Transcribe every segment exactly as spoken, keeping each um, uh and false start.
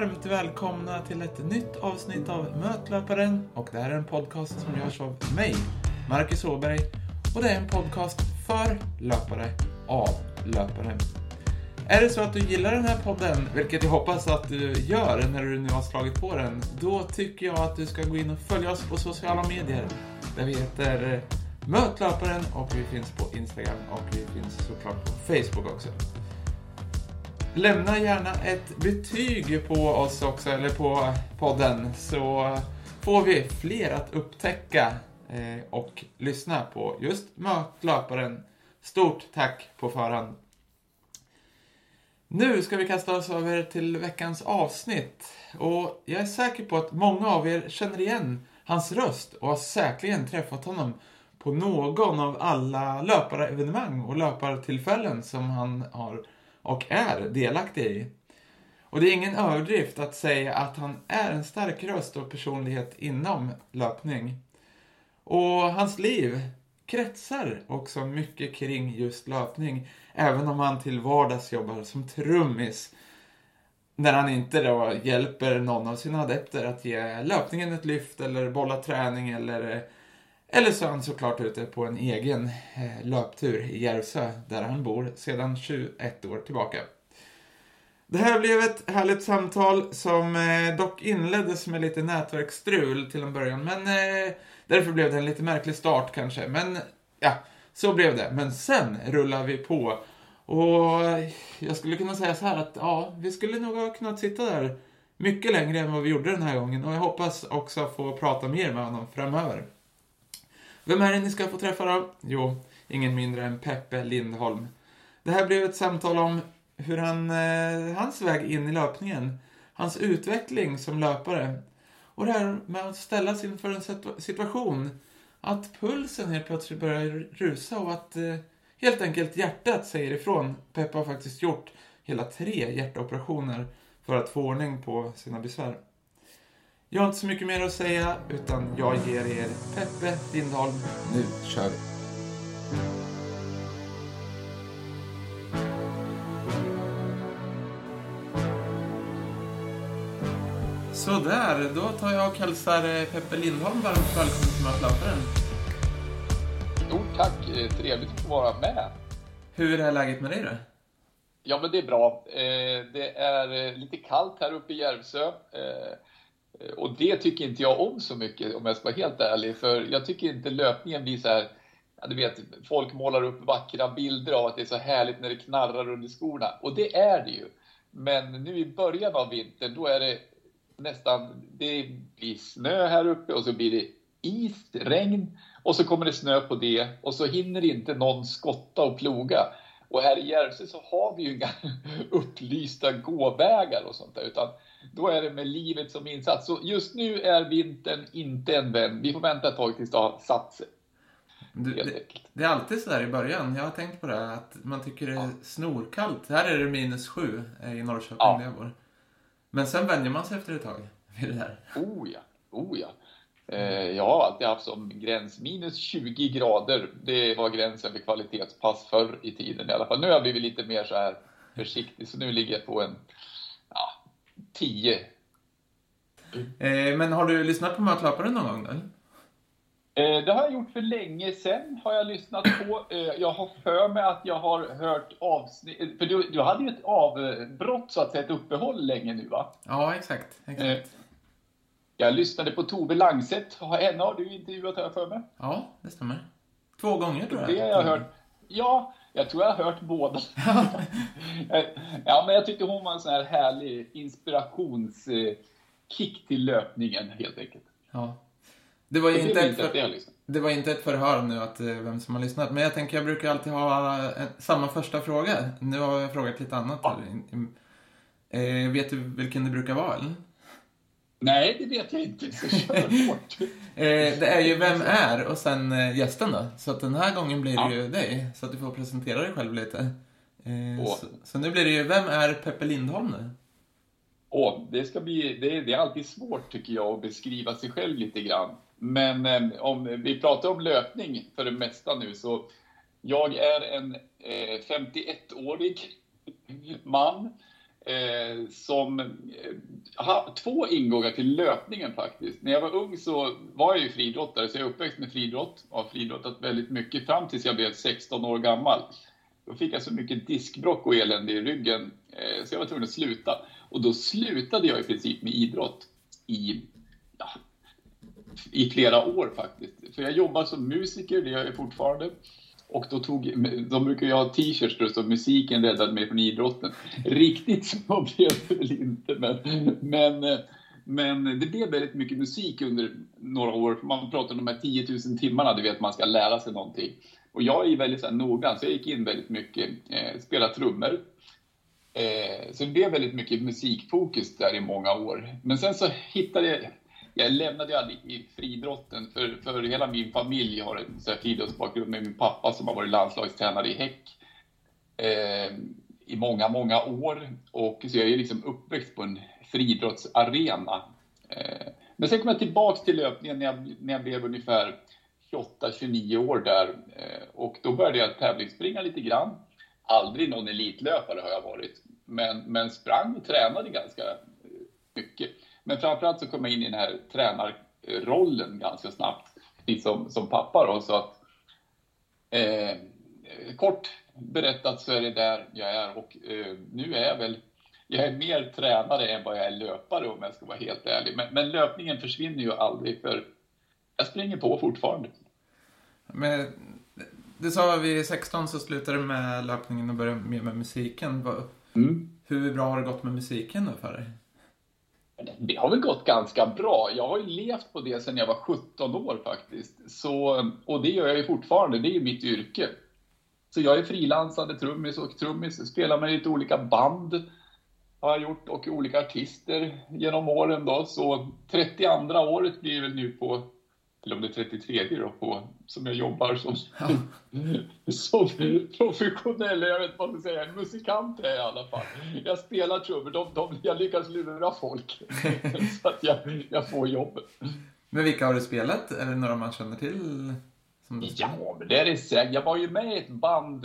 varmt välkomna till ett nytt avsnitt av Mötlöparen. Och det här är en podcast som görs av mig, Marcus Åberg. Och det är en podcast för löpare, av löpare. Är det så att du gillar den här podden, vilket jag hoppas att du gör när du nu har slagit på den, då tycker jag att du ska gå in och följa oss på sociala medier. Där vi heter Mötlöparen och vi finns på Instagram och vi finns såklart på Facebook också. Lämna gärna ett betyg på oss också, eller på podden, så får vi fler att upptäcka eh, och lyssna på just Mötlöparen. Stort tack på förhand. Nu ska vi kasta oss över till veckans avsnitt. Och jag är säker på att många av er känner igen hans röst och har säkerligen träffat honom på någon av alla löparevenemang och löpartillfällen som han har och är delaktig i. Och det är ingen överdrift att säga att han är en stark röst och personlighet inom löpning. Och hans liv kretsar också mycket kring just löpning, även om han till vardags jobbar som trummis. När han inte då hjälper någon av sina adepter att ge löpningen ett lyft eller bolla träning eller... Eller så är han såklart ute på en egen eh, löptur i Järvsö där han bor sedan tjugoett år tillbaka. Det här blev ett härligt samtal som eh, dock inleddes med lite nätverksstrul till en början. Men eh, därför blev det en lite märklig start kanske. Men ja, så blev det. Men sen rullar vi på. Och jag skulle kunna säga så här att ja, vi skulle nog ha kunnat sitta där mycket längre än vad vi gjorde den här gången. Och jag hoppas också få prata mer med honom framöver. Vem är det ni ska få träffa då? Jo, ingen mindre än Peppe Lindholm. Det här blev ett samtal om hur han, eh, hans väg in i löpningen, hans utveckling som löpare och det här med att ställas inför en situation att pulsen helt plötsligt börjar rusa och att eh, helt enkelt hjärtat säger ifrån. Peppe har faktiskt gjort hela tre hjärtoperationer för att få ordning på sina besvär. Jag har inte så mycket mer att säga, utan jag ger er Peppe Lindholm. Nu kör vi! Så där, då tar jag och hälsar Peppe Lindholm varmt välkommen till Mötlöparen. Stort tack, trevligt att få vara med. Hur är läget med dig då? Ja, men det är bra. Det är lite kallt här uppe i Järvsö. Och det tycker inte jag om så mycket, om jag ska vara helt ärlig. För jag tycker inte löpningen blir så här... Ja, du vet, folk målar upp vackra bilder av att det är så härligt när det knarrar under skorna. Och det är det ju. Men nu i början av vintern, då är det nästan... Det blir snö här uppe och så blir det is, regn. Och så kommer det snö på det. Och så hinner inte någon skotta och ploga. Och här i Järvsö så har vi ju inga upplysta gåvägar och sånt där. Utan då är det med livet som insats. Så just nu är vintern inte en vän. Vi får vänta ett tag tills det har satt sig. Du, det, det är alltid så där i början. Jag har tänkt på det. Att man tycker det är ja. snorkallt. Här är det minus sju i Norrköping ja. där jag bor. Men sen vänjer man sig efter ett tag vid det här. Oh ja, oh ja. Eh, jag har alltid haft som gräns minus tjugo grader. Det var gränsen för kvalitetspass förr i tiden i alla fall. Nu har jag blivit lite mer så här försiktig. Så nu ligger jag på en ja, tio. Eh, men har du lyssnat på Mötlöparen någon gång då? Eh, det har jag gjort för länge sedan. Har jag lyssnat på. Eh, jag har för mig att jag har hört avsnitt. För du, du hade ju ett avbrott så att säga, ett uppehåll länge nu va? Ja, exakt. exakt. Eh, Jag lyssnade på Tove Langset. Henne har du intervjuat här för mig. Ja, det stämmer. Två gånger tror jag. Det har jag hört. Ja, jag tror jag har hört båda. Ja, men jag tyckte hon var en sån här härlig inspirationskick till löpningen helt enkelt. Ja. Det var ju det inte ett, för... för... det var inte ett förhör nu att vem som har lyssnat. Men jag tänker jag brukar alltid ha en... samma första fråga. Nu har jag frågat lite annat. Ja. Eh, vet du vilken det brukar vara eller? Nej, det vet jag inte. Så kör bort. eh, det är ju vem är och sen eh, gästen då. Så att den här gången blir det ja. ju dig. Så att du får presentera dig själv lite. Eh, så, så nu blir det ju, vem är Peppe Lindholm nu? Åh, det ska bli, det, det är alltid svårt tycker jag att beskriva sig själv lite grann. Men eh, om vi pratar om löpning för det mesta nu så jag är en eh, femtioettårig man Eh, som eh, ha, två ingångar till löpningen faktiskt. När jag var ung så var jag ju friidrottare, så jag är uppväxt med friidrott och har friidrottat väldigt mycket fram tills jag blev sexton år gammal. Då fick jag så mycket diskbråck och elände i ryggen eh, så jag var tvungen att sluta. Och då slutade jag i princip med idrott i, ja, i flera år faktiskt. För jag jobbar som musiker, det gör jag fortfarande. Och då tog, de brukar ju ha t-shirts där så musiken räddade mig från idrotten. Riktigt så blev det väl inte, men, men, men det blev väldigt mycket musik under några år. Man pratar om de här tio tusen timmarna, du vet man ska lära sig någonting. Och jag är väldigt så här noggrann, så jag gick in väldigt mycket, eh, spela trummor. Eh, så det blev väldigt mycket musikfokus där i många år. Men sen så hittade jag... Jag lämnade aldrig i friidrotten för, för hela min familj har en så här friidrottsbakgrund med min pappa som har varit landslagstränare i häck eh, i många, många år. Och så jag är liksom uppväxt på en friidrottsarena. Eh, men sen kom jag tillbaka till löpningen när jag, när jag blev ungefär tjugoåtta tjugonio år där. Eh, och då började jag tävlingsspringa lite grann. Aldrig någon elitlöpare har jag varit. Men, men sprang och tränade ganska mycket. Men framförallt så kom jag in i den här tränarrollen ganska snabbt, som, som pappa då, så att eh, kort berättat så är det där jag är och eh, nu är jag väl, jag är mer tränare än vad jag är löpare om jag ska vara helt ärlig, men, men löpningen försvinner ju aldrig för jag springer på fortfarande. Men du sa att vid sexton så slutade du med löpningen och började med, med musiken. Mm. Hur bra har det gått med musiken då för dig? Det har väl gått ganska bra. Jag har ju levt på det sedan jag var sjutton år faktiskt. Så, och det gör jag ju fortfarande. Det är ju mitt yrke. Så jag är frilansande trummis och trummis. Spelar med lite olika band har jag gjort och olika artister genom åren då. Så trettioandra året blir väl nu på, eller om det är trettiotredje då, på, som jag jobbar som, ja. som professionell, jag vet inte vad man ska säga, en musikant är jag i alla fall. Jag spelar trummor, de, de, jag lyckas lura folk så att jag, jag får jobbet. Men vilka har du spelat? Är det några man känner till? Som ja, men det är det säkert. Jag var ju med i ett band,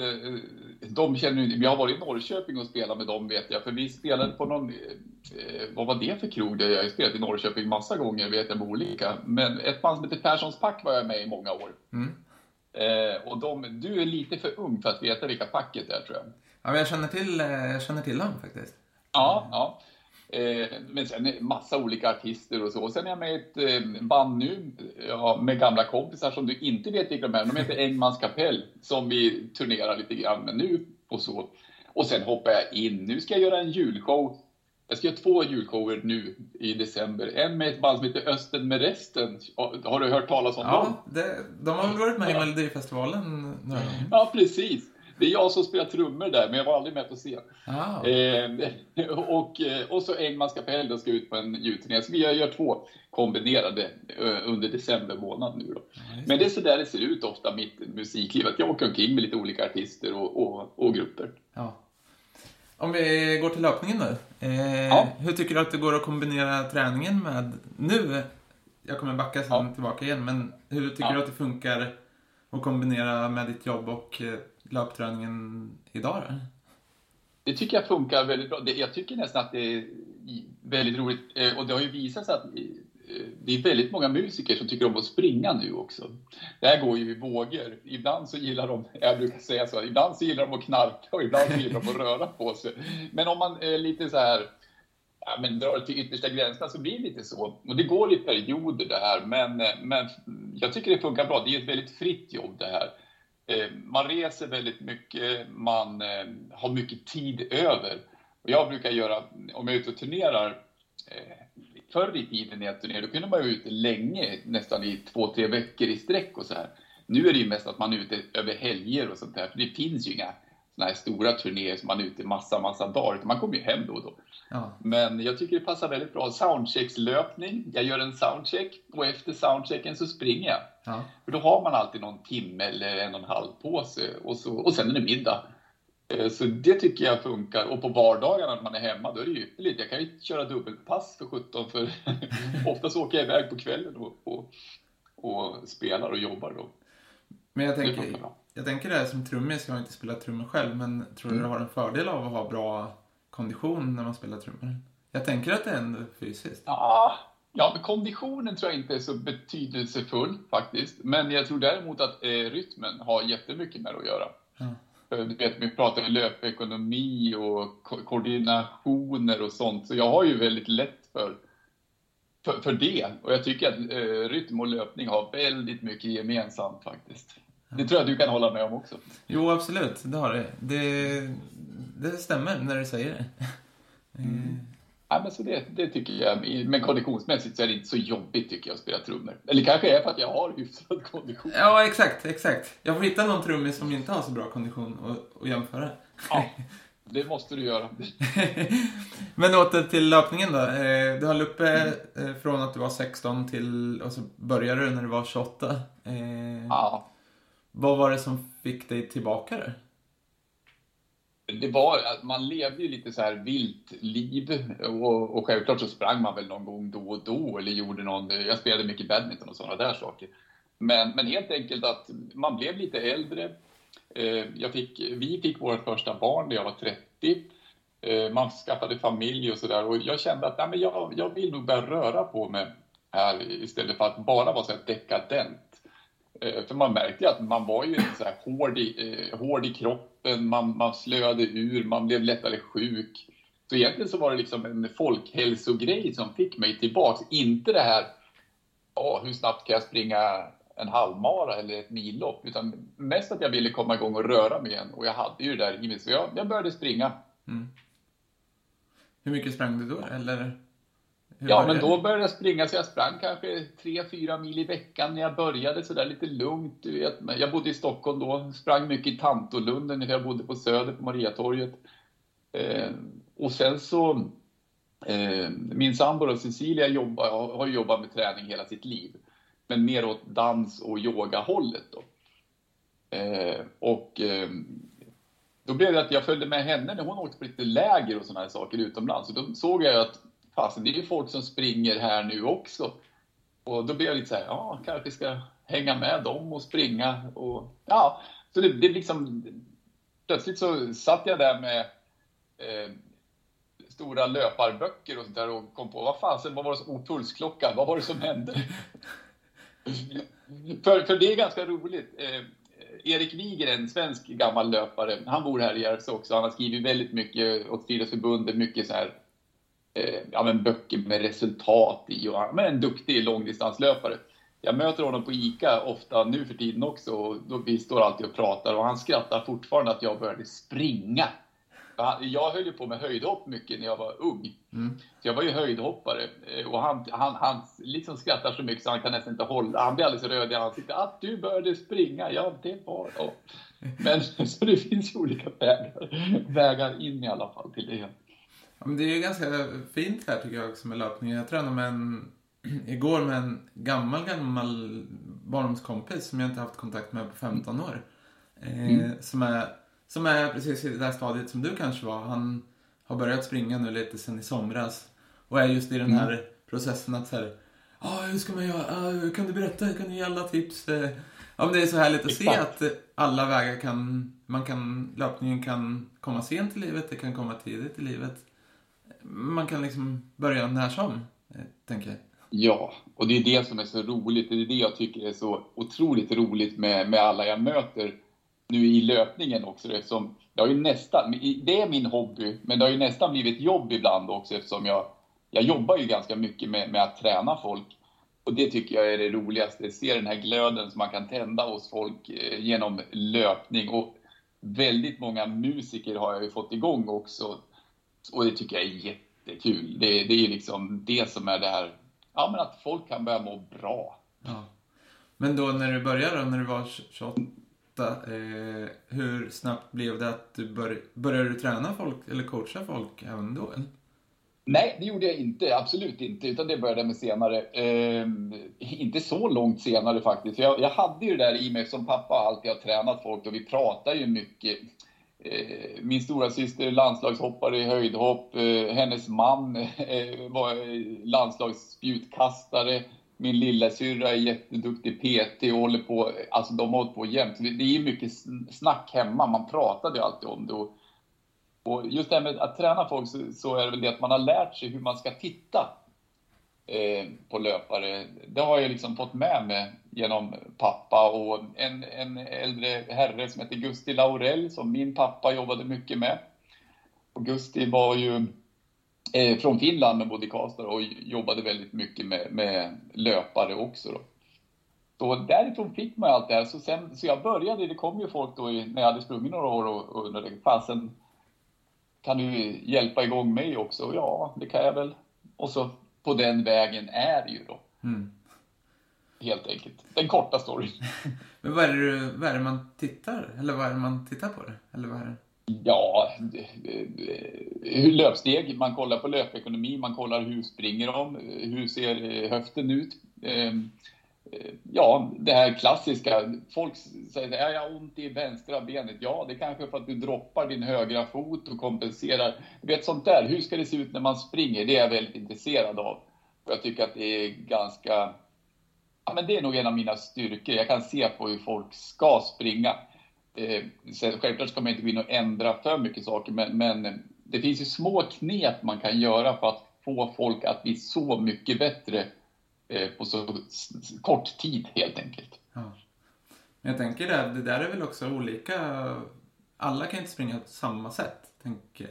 de känner ju, jag har varit i Norrköping och spelat med dem vet jag, för vi spelade på någon, vad var det för krog? Jag har spelat i Norrköping massa gånger vet jag med olika, men ett band som heter Perssons Pack var jag med i många år. Mm. Eh, och de, du är lite för ung för att veta vilka packet är tror jag. Ja, men jag känner till, jag känner till dem faktiskt. Ja, ja. Eh, men sen massa olika artister och så. Och sen är jag med i ett eh, band nu ja, med gamla kompisar som du inte vet vilka de är. De heter Engmans kapell som vi turnerar lite grann med nu och så. Och sen hoppar jag in. Nu ska jag göra en julshow. Jag ska göra två julshower nu i december. En med ett band som heter Östen med resten. Har du hört talas om ja, dem? Det, de har väl varit med i Melodifestivalen nu? Ja, precis. Det är jag som spelar trummor där, men jag var aldrig med på scen. Ah. Eh, och, och så Engmans kapell då ska ut på en julturné. Så vi gör, gör två kombinerade eh, under december månad nu då. Ja, men det är så där det ser ut ofta mitt musikliv. Att jag åker omkring med lite olika artister och, och, och grupper. Ja. Om vi går till löpningen nu. Eh, ja. Hur tycker du att det går att kombinera träningen med nu? Jag kommer backa sen ja. tillbaka igen. Men hur tycker ja. du att det funkar att kombinera med ditt jobb och eh, löpträningen idag då? Det tycker jag funkar väldigt bra. Jag tycker nästan att det är väldigt roligt. Och det har ju visat sig att det är väldigt många musiker som tycker om att springa nu också. Det här går ju i vågor. Ibland så gillar de, jag brukar säga så, ibland så gillar de att knarka och ibland så gillar de att röra på sig. Men om man är lite så här, ja, men drar till yttersta gränserna så blir det lite så. Och det går i perioder det här. Men, men jag tycker det funkar bra. Det är ett väldigt fritt jobb det här. Man reser väldigt mycket, man har mycket tid över. Och jag brukar göra, om jag är ute och turnerar, förr i tiden när jag turnerade, då kunde man vara ute länge, nästan i två, tre veckor i sträck och så här. Nu är det ju mest att man är ute över helger och sånt där, för det finns ju inga såna här stora turnéer som man är ute massa, massa dagar, utan man kommer ju hem då och då. Ja. Men jag tycker det passar väldigt bra. Soundcheckslöpning, jag gör en soundcheck och efter soundchecken så springer jag. Ja. För då har man alltid någon timme eller en och en halv på sig och, så, och sen är det middag. Så det tycker jag funkar. Och på vardagarna när man är hemma, då är det ju ytterligt. Jag kan ju köra dubbelpass för sjutton, för oftast åker jag iväg på kvällen och, och, och spelar och jobbar då. Men jag tänker, jag tänker det här som trummis, jag har inte spelat trummor själv, men tror du mm. du har en fördel av att ha bra kondition när man spelar trummor? Jag tänker att det är ändå fysiskt. Ja, ja, men konditionen tror jag inte är så betydelsefull faktiskt. Men jag tror däremot att eh, rytmen har jättemycket med att göra. Ja. För, du vet, vi pratar ju löpekonomi och ko- koordinationer och sånt. Så jag har ju väldigt lätt för, för, för det. Och jag tycker att eh, rytm och löpning har väldigt mycket gemensamt faktiskt. Det tror jag du kan hålla med om också. Jo, absolut. Det har det. Det, det stämmer när du säger det. Mm. Ja, men så det, det tycker jag. Men konditionsmässigt så är det inte så jobbigt tycker jag att spela trummor. Eller kanske är för att jag har hyfsad kondition. Ja, exakt, exakt. Jag får hitta någon trummis som inte har så bra kondition och, och jämföra. Ja, det måste du göra. Men åter till löpningen då. Du höll uppe från att du var sexton till, och så började du när du var tjugoåtta. Ja. Vad var det som fick dig tillbaka där? Det var att man levde ju lite så här vilt liv och, och självklart så sprang man väl någon gång då och då eller gjorde någon, jag spelade mycket badminton och sådana där saker. Men, men helt enkelt att man blev lite äldre. Jag fick, vi fick vårt första barn när jag var trettio. Man skaffade familj och sådär och jag kände att nej, men jag, jag vill nog börja röra på mig här istället för att bara vara så här dekadent. För man märkte att man var ju så här hård, i, eh, hård i kroppen, man, man slöade ur, man blev lättare sjuk. Så egentligen så var det liksom en folkhälsogrej som fick mig tillbaks. Inte det här, åh, hur snabbt kan jag springa en halvmara eller ett millopp. Utan mest att jag ville komma igång och röra mig igen. Och jag hade ju det där i mig, så jag, jag började springa. Mm. Hur mycket sprang du då? Eller... Hur Ja, men då började jag springa så jag sprang kanske tre fyra mil i veckan när jag började så där lite lugnt. Du vet. Jag bodde i Stockholm då, sprang mycket i Tantolunden när jag bodde på Söder på Mariatorget. Eh, och sen så, eh, min sambo och Cecilia jobbar, har jobbat med träning hela sitt liv. Men mer åt dans- och yoga-hållet då. Eh, och eh, då blev det att jag följde med henne när hon åkte på lite läger och såna här saker utomlands. Och då såg jag att fasen, det är ju folk som springer här nu också. Och då blev jag lite så här, ja, kanske ska hänga med dem och springa. Och, ja, så det, det liksom, plötsligt så satt jag där med eh, stora löparböcker och sånt där och kom på, vad fasen, vad var det som, pulsklockan, vad var det som hände? för, för det är ganska roligt. Eh, Erik Wiger, en svensk gammal löpare, han bor här i Järvsö också. Han har skrivit väldigt mycket åt Friidrottsförbundet, mycket så här, ja, men böcker med resultat i och men en duktig långdistanslöpare. Jag möter honom på ICA ofta nu för tiden också och då vi står alltid och pratar och han skrattar fortfarande att jag började springa. Jag höll ju på med höjdhopp mycket när jag var ung. Mm. Så jag var ju höjdhoppare och han, han, han liksom skrattar så mycket så han kan nästan inte hålla. Han blir alldeles röd i ansiktet. Att du började springa, ja det var då. Men så det finns ju olika vägar, vägar in i alla fall till det. Ja, men det är ju ganska fint här tycker jag också med löpningen. Jag tränade med en, igår med en gammal, gammal barndomskompis som jag inte haft kontakt med på femton år. Eh, mm. som, är, som är precis i det där stadiet som du kanske var. Han har börjat springa nu lite sen i somras. Och är just i den här mm. processen att så här, ah, hur ska man göra? Ah, kan du berätta? Kan du ge alla tips? Eh, ja, men det är så härligt att se att alla vägar kan, man kan, löpningen kan komma sent i livet, det kan komma tidigt i livet. Man kan liksom börja när som, tänker jag. Ja, och det är det som är så roligt. Det är det jag tycker är så otroligt roligt med, med alla jag möter nu i löpningen också. Eftersom jag har ju nästan, det är min hobby, men det har ju nästan blivit jobb ibland också eftersom jag, jag jobbar ju ganska mycket med, med att träna folk. Och det tycker jag är det roligaste. Se den här glöden som man kan tända hos folk eh, genom löpning. Och väldigt många musiker har jag ju fått igång också. Och det tycker jag är jättekul. Det, det är liksom det som är det här. Ja, men att folk kan börja må bra. Ja. Men då när du började, när du var tjugoåtta, eh, hur snabbt blev det att du bör, började du träna folk eller coacha folk även då? Eller? Nej, det gjorde jag inte. Absolut inte. Utan det började med senare. Eh, inte så långt senare faktiskt. Jag, jag hade ju det där i mig som pappa alltid har tränat folk. Och vi pratar ju mycket. Eh, min stora syster landslagshoppare i höjdhopp. Eh, hennes man eh, var landslagsspjutkastare. Min lilla syrra är jätteduktig P T och håller på. Alltså de har hållit på jämt. Det är ju mycket snack hemma. Man pratade ju alltid om det. Och Och just det här med att träna folk så, så är det väl det att man har lärt sig hur man ska titta eh, på löpare. Det har jag liksom fått med mig genom pappa och en, en äldre herre som heter Gusti Laurell som min pappa jobbade mycket med. Och Gusti var ju eh, från Finland men bodde i Karlstad och jobbade väldigt mycket med, med löpare också då. Så därifrån fick man allt det här. Så, sen, så jag började, det kom ju folk då i, när jag hade sprungit några år och, och undrade, fasen, kan du hjälpa igång mig också? Ja, det kan jag väl. Och så på den vägen är det ju då. Mm. Helt enkelt. Den korta storyn. Men vad är, det, vad är det man tittar? Eller vad är det man tittar på? Det? Eller vad är det? Ja, hur löpsteg. Man kollar på löpekonomi. Man kollar hur springer de. Hur ser höften ut? Ja, det här klassiska. Folk säger att jag har ont i vänstra benet. Ja, det är kanske för att du droppar din högra fot och kompenserar. Du vet sånt där. Hur ska det se ut när man springer? Det är jag väldigt intresserad av. Och jag tycker att det är ganska... Ja, men det är nog en av mina styrkor. Jag kan se på hur folk ska springa. Eh, självklart ska man inte gå in och ändra för mycket saker. Men, men det finns ju små knep man kan göra för att få folk att bli så mycket bättre på så kort tid helt enkelt. Ja. Men jag tänker det, det där är väl också olika. Alla kan inte springa på samma sätt, tänker.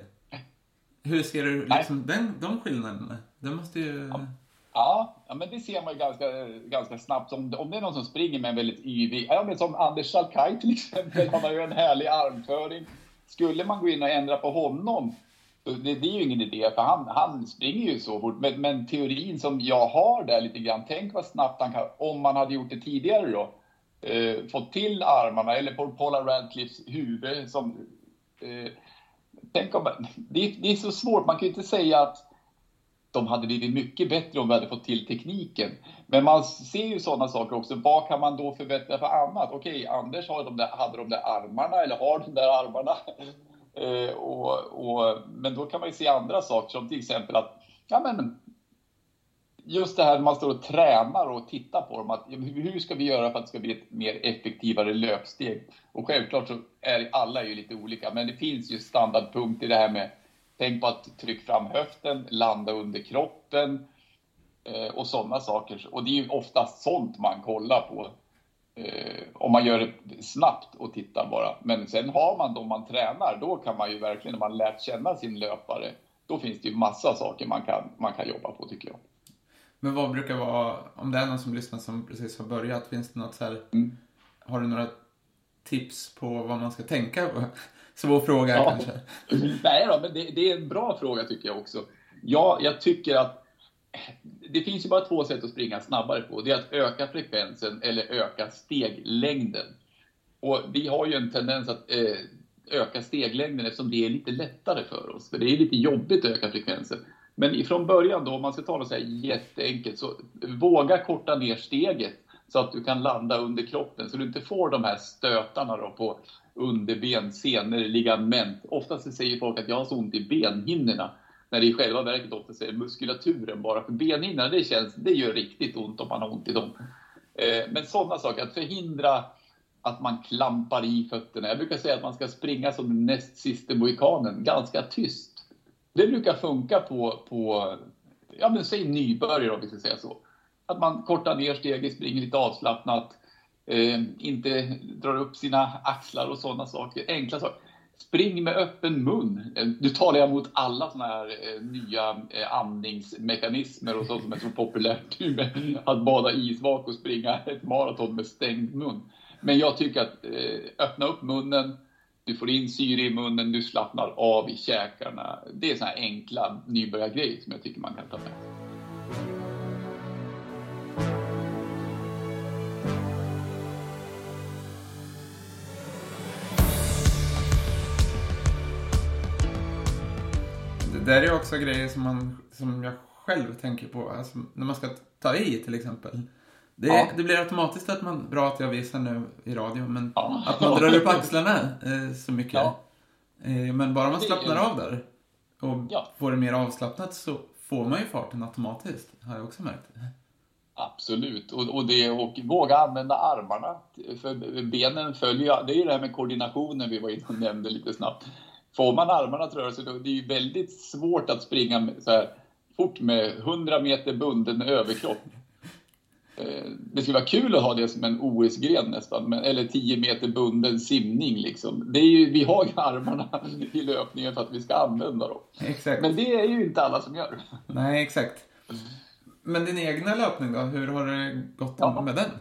Hur ser du liksom den, de skillnaderna? Det måste ju... Ja, ja, men det ser man ju ganska, ganska snabbt. Om, om det är någon som springer med en väldigt yvig... Ja, men som Anders Salkai till exempel. Han har ju en härlig armföring. Skulle man gå in och ändra på honom, Det, det är ju ingen idé, för han, han springer ju så fort. Men, men teorin som jag har där lite grann, tänk vad snabbt han kan, om man hade gjort det tidigare då, eh, fått till armarna, eller på Paula Radcliffes huvud. Som, eh, tänk om, det, det är så svårt, man kan ju inte säga att de hade blivit mycket bättre om vi hade fått till tekniken. Men man ser ju sådana saker också. Vad kan man då förbättra för annat? Okej, Anders har de där, hade de där armarna, eller har de där armarna. Eh, och, och, men då kan man ju se andra saker som till exempel att ja, men, just det här man står och tränar och tittar på dem. Att, hur ska vi göra för att det ska bli ett mer effektivare löpsteg? Och självklart så är alla ju lite olika. Men det finns ju standardpunkt i det här med tänk på att tryck fram höften, landa under kroppen eh, och sådana saker. Och det är ju ofta sånt man kollar på. Eh, om man gör det snabbt och tittar bara. Men sen har man då man tränar, då kan man ju verkligen, när man lärt känna sin löpare, då finns det ju massa saker man kan, man kan jobba på, tycker jag. Men vad brukar vara, om det är någon som lyssnar som precis har börjat, finns det något så här, mm. har du några tips på vad man ska tänka på? Svår fråga ja. Kanske. Nej då, men det, det är en bra fråga tycker jag också. Ja, jag tycker att det finns ju bara två sätt att springa snabbare på. Det är att öka frekvensen eller öka steglängden. Och vi har ju en tendens att eh, öka steglängden eftersom det är lite lättare för oss. För det är lite jobbigt att öka frekvensen. Men ifrån början då, om man ska ta det så här jätteenkelt, så våga korta ner steget så att du kan landa under kroppen. Så du inte får de här stötarna då på underben, senor, ligament. Oftast säger folk att jag har så ont i benhinnorna. När det i själva verket ofta är muskulaturen bara. För benhinnorna, det känns, det gör riktigt ont om man har ont i dem. Eh, men sådana saker, att förhindra att man klampar i fötterna. Jag brukar säga att man ska springa som näst sista mohikanen, ganska tyst. Det brukar funka på, på ja men säg nybörjare om vi ska säga så. Att man kortar ner steget, springer lite avslappnat. Eh, inte drar upp sina axlar och sådana saker. Enkla saker. Spring med öppen mun. Du talar jag mot alla såna här eh, nya eh, andningsmekanismer och sånt som är så populärt med att bada isvak och springa ett maraton med stängd mun. Men jag tycker att eh, öppna upp munnen, du får in syre i munnen, du slappnar av i käkarna. Det är såna här enkla nybörjargrejer som jag tycker man kan ta med. Det där är också grejer som, man, som jag själv tänker på. Alltså, när man ska ta i till exempel. Det, ja. det blir automatiskt att man, bra att jag visar nu i radio, men ja. att man drar upp axlarna eh, så mycket. Ja. Eh, men bara man slappnar av där och ja. får det mer avslappnat så får man ju farten automatiskt. Har jag också märkt. Absolut. Och, och, det, och våga använda armarna. För benen följer, det är ju det här med koordinationen vi var inne och nämnde lite snabbt. får man armarna att röra sig, då det är ju väldigt svårt att springa så här fort med hundra meter bunden överkropp. Det skulle vara kul att ha det som en O S-gren nästan, eller tio meter bunden simning liksom. Det är ju, vi har ju armarna i löpningen för att vi ska använda dem. Exakt. Men det är ju inte alla som gör. Nej, exakt. Men din egna löpning då, hur har det gått Ja. med den?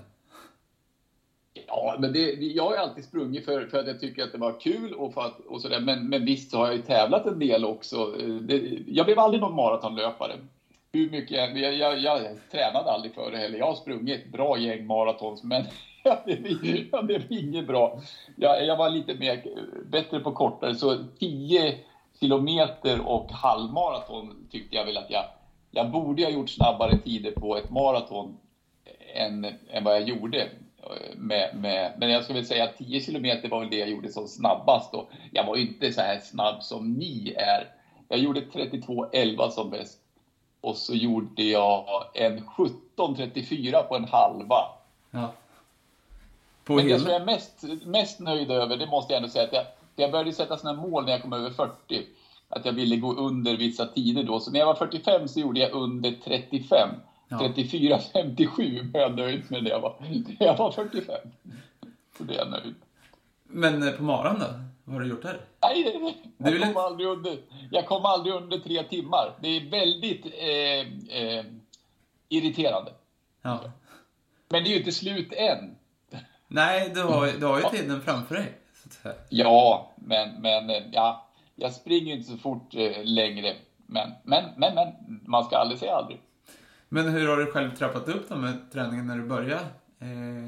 Ja, men det, jag har ju alltid sprungit för, för att jag tycker att det var kul och, för att, och sådär. Men, men visst så har jag ju tävlat en del också. Det, jag blev aldrig någon maratonlöpare. Hur mycket, jag, jag, jag tränade aldrig för det heller. Jag har sprungit ett bra gäng maratons, men jag blev, jag blev inget bra. Jag, jag var lite mer, bättre på kortare, så tio kilometer och halvmaraton tyckte jag väl att jag, jag borde ha gjort snabbare tider på ett maraton än, än vad jag gjorde. Med, med, men jag skulle väl säga att tio kilometer var väl det jag gjorde som snabbast. Och jag var inte så här snabb som ni är. Jag gjorde trettiotvå elva som bäst. Och så gjorde jag en sjutton trettiofyra på en halva. Ja. På Men hela... det som jag är mest, mest nöjd över, det måste jag ändå säga, att jag, jag började sätta såna mål när jag kom över fyrtio. Att jag ville gå under vissa tider då. Så när jag var fyrtiofem så gjorde jag under trettiofem. Ja. trettiofyra femtiosju var jag nöjd med det jag var, det jag var fyrtiofem. Så det är jag nöjd. Men på maran då? Vad har du gjort där? Nej, jag, vill... kom aldrig under, jag kom aldrig under tre timmar. Det är väldigt eh, eh, irriterande. Ja. Men det är ju inte slut än. Nej, du har, du har ju tiden framför dig. Så att säga. Ja, men, men ja, jag springer inte så fort eh, längre. Men, men, men, men, man ska aldrig säga aldrig. Men hur har du själv trappat upp då med träningen när du började? Eh,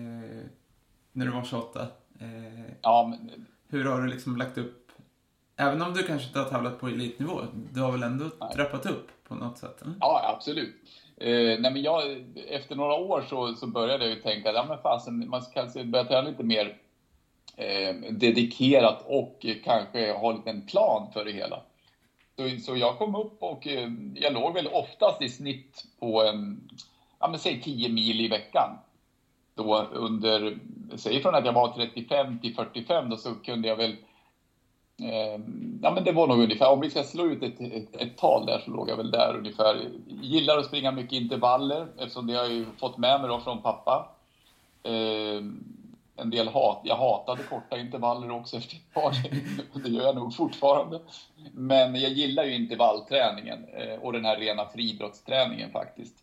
när du var tjugoåtta? Eh, ja, men, hur har du liksom lagt upp? Även om du kanske inte har tävlat på elitnivå, du har väl ändå nej. trappat upp på något sätt? Eller? Ja, absolut. Eh, nej, men jag, efter några år så, så började jag ju tänka att ja, men fasen, man ska kanske börja träna lite mer eh, dedikerat och kanske ha en liten plan för det hela. Så, så jag kom upp och eh, jag låg väl oftast i snitt på en, ja men säg tio mil i veckan. Då under, säg från att jag var trettiofem till fyrtiofem, då så kunde jag väl, eh, ja men det var nog ungefär, om vi ska slå ut ett, ett, ett tal där så låg jag väl där ungefär. Gillar att springa mycket intervaller, eftersom det har jag ju fått med mig då från pappa. Eh, En del hat, jag hatade korta intervaller också efter ett par, det gör jag nog fortfarande. Men jag gillar ju intervallträningen och den här rena friidrottsträningen faktiskt.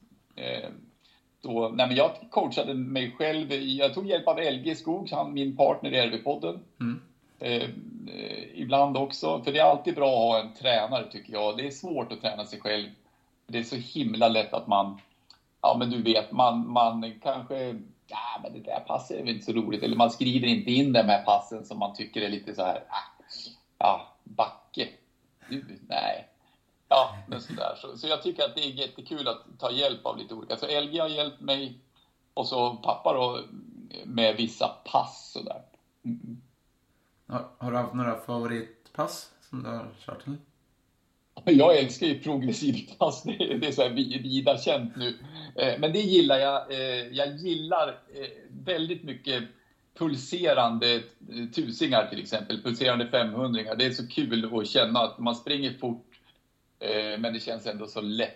Så, nej men jag coachade mig själv, jag tog hjälp av L G Skog, han min partner i R V-podden. Mm. Eh, ibland också, för det är alltid bra att ha en tränare tycker jag. Det är svårt att träna sig själv. Det är så himla lätt att man, ja men du vet, man, man kanske... Ja, men det där passet är väl inte så roligt. Eller man skriver inte in de här passen som man tycker är lite så här. Ja, backe. Du, nej. Ja, men sådär. Så, så jag tycker att det är jättekul att ta hjälp av lite olika. Så L G har hjälpt mig. Och så pappa då med vissa pass sådär. Mm. Har, har du haft några favoritpass som du har kört till? Jag älskar ju progressivt pass, det är, det är så här vida känt nu. Men det gillar jag. Jag gillar väldigt mycket pulserande tusingar till exempel, pulserande femhundringar. Det är så kul att känna att man springer fort, men det känns ändå så lätt.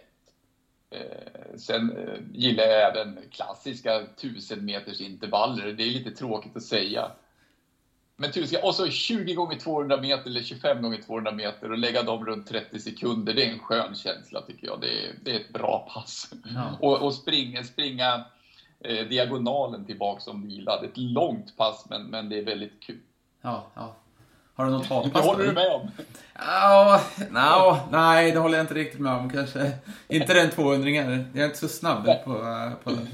Sen gillar jag även klassiska tusen meters intervaller. Det är lite tråkigt att säga. Men tusen, och så tjugo gånger tvåhundra meter eller tjugofem gånger tvåhundra meter och lägga dem runt trettio sekunder. Det är en skön känsla tycker jag. Det är, det är ett bra pass. Ja. Och, och springa, springa eh, diagonalen tillbaka som vila. Det är ett långt pass men, men det är väldigt kul. Ja, ja. Har du något hatpass? Det håller du med om? Ja, no, nej det håller jag inte riktigt med om kanske. Inte den tvåhundringen. Jag är inte så snabb på, på den.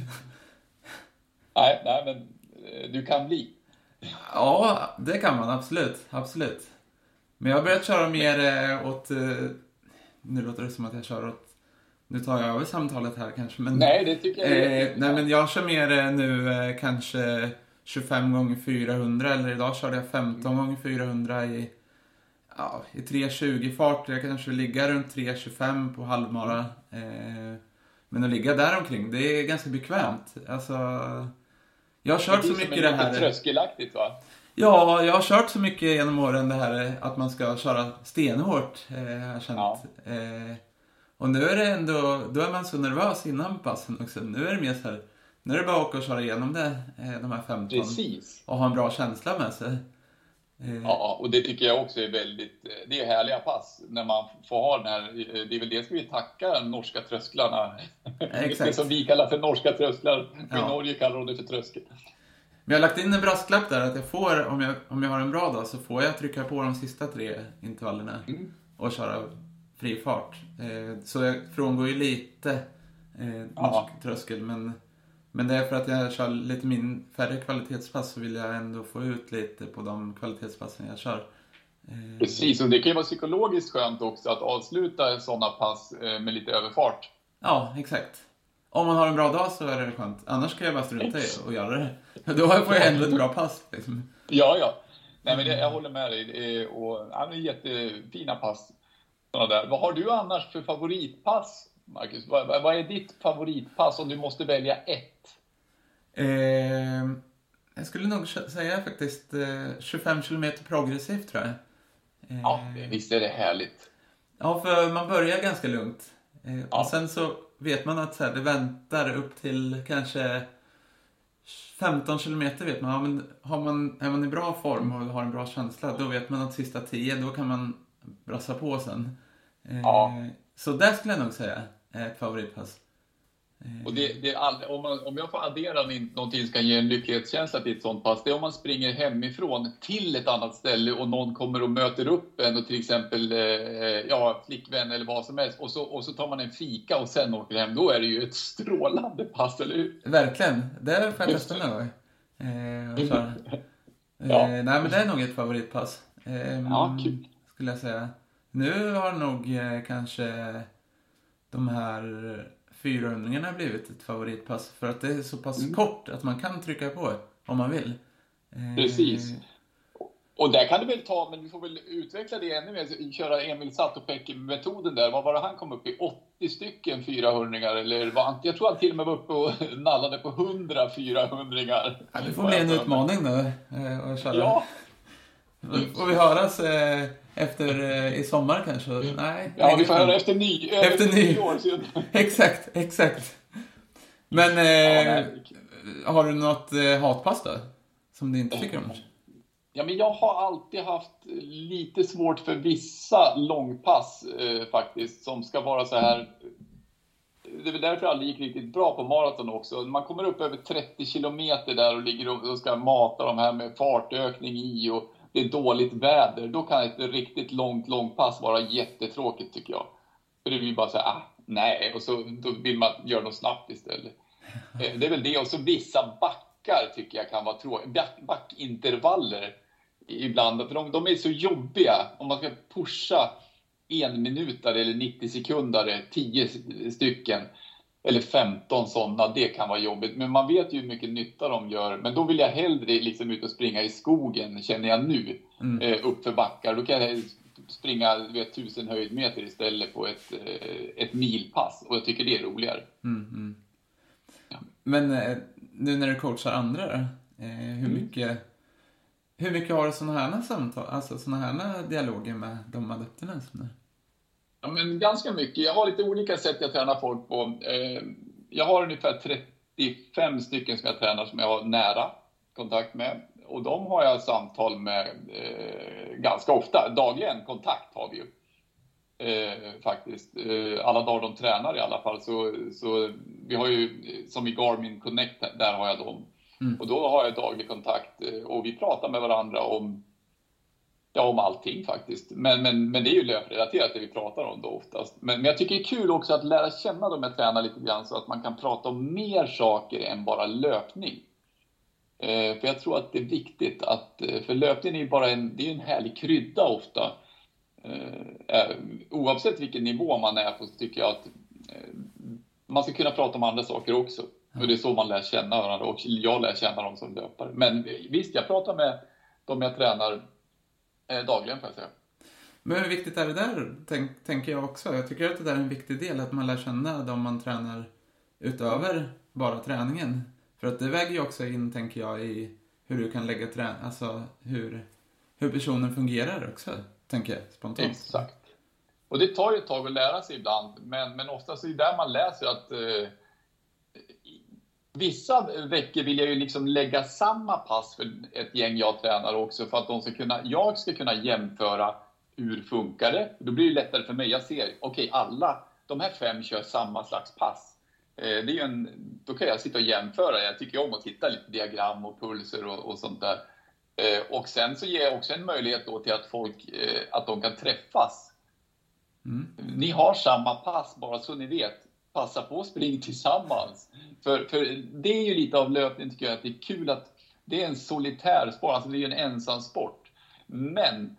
Nej, nej, men du kan bli. Ja, det kan man absolut, absolut. Men jag har börjat köra mer eh, åt, eh, nu låter det som att jag kör åt, nu tar jag över samtalet här kanske. Men, nej, det tycker jag eh, Nej, men jag kör mer eh, nu eh, kanske tjugofem gånger fyrahundra, eller idag körde jag femton gånger fyrahundra i, ja, i tre tjugo fart. Jag kanske ligga runt tre tjugofem på halvmara. Eh, men att ligga där omkring, det är ganska bekvämt. Alltså... Jag har kört så mycket det här. Det är tröskelaktigt va? Ja, jag har kört så mycket genom åren det här att man ska köra stenhårt. Eh, jag har känt. Ja. Eh, och nu är det ändå, då är man så nervös innan passen också. Nu är det mer så här, nu är det bara att åka och köra igenom det, eh, de här femton. Precis. Och ha en bra känsla med sig. Eh. Ja, och det tycker jag också är väldigt, det är härliga pass när man får ha den här, det är väl det ska vi tacka de norska trösklarna. Exakt. Det som vi kallar för norska trösklar, ja. I Norge kallar de det för tröskel. Men jag har lagt in en brasklapp där att jag får, om jag, om jag har en bra dag så får jag trycka på de sista tre intervallerna mm. och köra fri fart. Eh, så jag frångår ju lite eh, norsk ja. tröskel, men, men det är för att jag kör lite min färre kvalitetspass så vill jag ändå få ut lite på de kvalitetspassen jag kör. Eh. Precis, och det kan ju vara psykologiskt skönt också att avsluta sådana pass eh, med lite överfart. Ja, exakt. Om man har en bra dag så är det skönt. Annars kan jag bara strunta i och göra det. Då får jag ändå ett bra pass. Liksom. Ja, ja. Nej, men det, jag håller med dig. Och, ja, det är jättefina pass. Där. Vad har du annars för favoritpass, Marcus? Vad, vad är ditt favoritpass om du måste välja ett? Eh, jag skulle nog säga faktiskt eh, tjugofem kilometer progressivt, tror jag. Eh, ja, visst är det härligt. Ja, för man börjar ganska lugnt. Eh, ja. Och sen så vet man att så här, det väntar upp till kanske femton kilometer vet man. Ja, men har man, är man i bra form och har en bra känsla, då vet man att sista tio, då kan man brassa på sen. Eh, ja. Så det skulle jag nog säga är ett favoritpass. Eh. Och det, det är all, om, man, om jag får addera någonting som kan ge en lycklighetskänsla till ett sånt pass, det är om man springer hemifrån till ett annat ställe och någon kommer och möter upp en och till exempel eh, ja, flickvän eller vad som helst och så, och så tar man en fika och sen åker hem. Då är det ju ett strålande pass, eller hur? Verkligen, det är för att testa nu. Eh, så, eh, ja. Nej, men det är nog ett favoritpass. Eh, ja, kul. Skulle jag säga. Nu har nog eh, kanske de här fyrahundringarna har blivit ett favoritpass för att det är så pass mm. kort att man kan trycka på om man vill. Precis. Eh. Och där kan du väl ta, men du får väl utveckla det ännu mer, köra Emil Satopäki-metoden där. Vad var det han kom upp i? åttio stycken fyrahundringar eller vad han, jag tror han till och med var uppe och nallade på hundra fyrahundringar. Ja, det får bli en utmaning nu eh, att köra. Ja. Får vi höras eh, efter eh, i sommar kanske? Nej. Ja, vi får höra efter ny, äh, efter ny. år. exakt, exakt. Men eh, ja, har du något eh, hatpass då? Som du inte tycker om? Ja, men jag har alltid haft lite svårt för vissa långpass eh, faktiskt. Som ska vara så här. Det är väl därför jag aldrig gick riktigt bra på maraton också. Man kommer upp över trettio kilometer där och ligger och ska mata de här med fartökning i och det är dåligt väder, då kan ett riktigt långt, långt pass vara jättetråkigt tycker jag. För det blir bara så här, ah, nej, och så då vill man göra något snabbt istället. Det är väl det, och så vissa backar tycker jag kan vara tråkiga. Back, backintervaller ibland, för de, de är så jobbiga. Om man ska pusha en minutare eller nittio sekundare, tio stycken. Eller femton sådana, det kan vara jobbigt. Men man vet ju hur mycket nytta de gör. Men då vill jag hellre liksom ut och springa i skogen, känner jag nu. Mm. Eh, upp för backar. Då kan jag springa vet, tusen höjdmeter istället på ett, eh, ett milpass. Och jag tycker det är roligare. Mm, mm. Ja. Men eh, nu när du coachar andra, eh, hur, mm. mycket, hur mycket har du sådana här samtal, alltså sådana här dialoger med de adepterna som du? Ja, men ganska mycket. Jag har lite olika sätt jag tränar folk på. Jag har ungefär trettiofem stycken som jag tränar som jag har nära kontakt med. Och de har jag samtal med eh, ganska ofta. Dagligen kontakt har vi ju. Eh, faktiskt. Eh, alla dagar de tränar i alla fall. Så, så vi har ju, som i Garmin Connect, där har jag dem. Mm. Och då har jag daglig kontakt. Och vi pratar med varandra om Ja, om allting faktiskt. Men, men, men det är ju löprelaterat det vi pratar om då oftast. Men, men jag tycker det är kul också att lära känna dem jag tränar lite grann så att man kan prata om mer saker än bara löpning. Eh, för jag tror att det är viktigt att, för löpning är ju bara en, det är en härlig krydda ofta. Eh, oavsett vilken nivå man är på så tycker jag att eh, man ska kunna prata om andra saker också. Och det är så man lär känna varandra och jag lär känna dem som löpare. Men visst, jag pratar med dem jag tränar dagligen får jag säga. Men hur viktigt är det där, tänk, tänker jag också. Jag tycker att det där är en viktig del, att man lär känna dem man tränar utöver bara träningen. För att det väger ju också in, tänker jag, i, hur du kan lägga trä... Alltså hur, hur personen fungerar också, tänker jag spontant. Exakt. Och det tar ju ett tag att lära sig ibland, men, men oftast är det där man läser att eh, vissa veckor vill jag ju liksom lägga samma pass för ett gäng jag tränar också, för att de ska kunna, jag ska kunna jämföra hur funkar det. Då blir det lättare för mig. Jag ser, okej, okay, alla de här fem kör samma slags pass. Eh, det är ju en, då kan jag sitta och jämföra. Jag tycker om att titta lite diagram och pulser och, och sånt där. Eh, och sen så ger jag också en möjlighet då till att folk, eh, att de kan träffas. Mm. Ni har samma pass, bara så ni vet. Passa på att springa tillsammans. För, för det är ju lite av löpning, tycker jag, att det är kul att det är en solitär sport, alltså det är en ensam sport. Men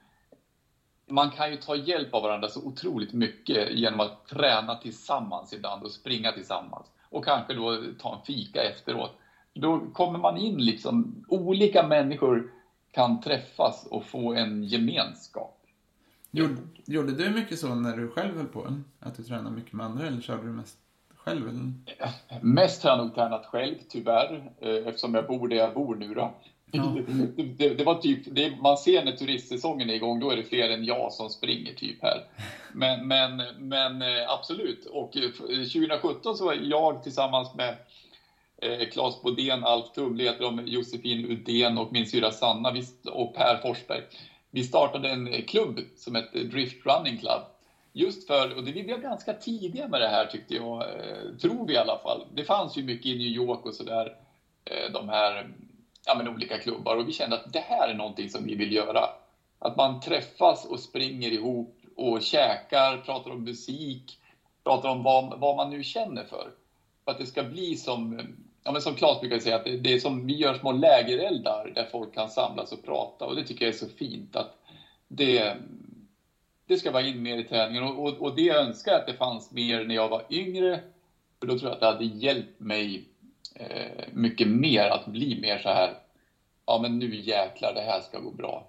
man kan ju ta hjälp av varandra så otroligt mycket genom att träna tillsammans ibland och springa tillsammans. Och kanske då ta en fika efteråt. Då kommer man in liksom, olika människor kan träffas och få en gemenskap. Gjorde, gjorde du mycket så när du själv höll på? Att du tränade mycket med andra, eller körde du mest själv? Eller? Mest har jag nog tränat själv, tyvärr. Eftersom jag bor där jag bor nu då. Ja. Det, det, det var typ, det, man ser när turistsäsongen är igång, då är det fler än jag som springer typ här. Men, men, men absolut. Och tjugohundrasjutton så var jag tillsammans med eh, Claes Bodén, Alf Tumle, Josefin Udén och min syra Sanna och Per Forsberg. Vi startade en klubb som hette Drift Running Club. Just för, och det, vi blev ganska tidiga med det här tyckte jag, eh, tror vi i alla fall. Det fanns ju mycket i New York och sådär, eh, de här ja, men olika klubbar. Och vi kände att det här är någonting som vi vill göra. Att man träffas och springer ihop och käkar, pratar om musik, pratar om vad, vad man nu känner för. För att det ska bli som, ja, men som Claes brukar säga, att det, det är som vi gör små lägereldar där folk kan samlas och prata. Och det tycker jag är så fint att det... Det ska vara in mer i träningen och, och, och det jag önskar att det fanns mer när jag var yngre. För då tror jag att det hade hjälpt mig eh, mycket mer att bli mer så här. Ja men nu jäklar, det här ska gå bra.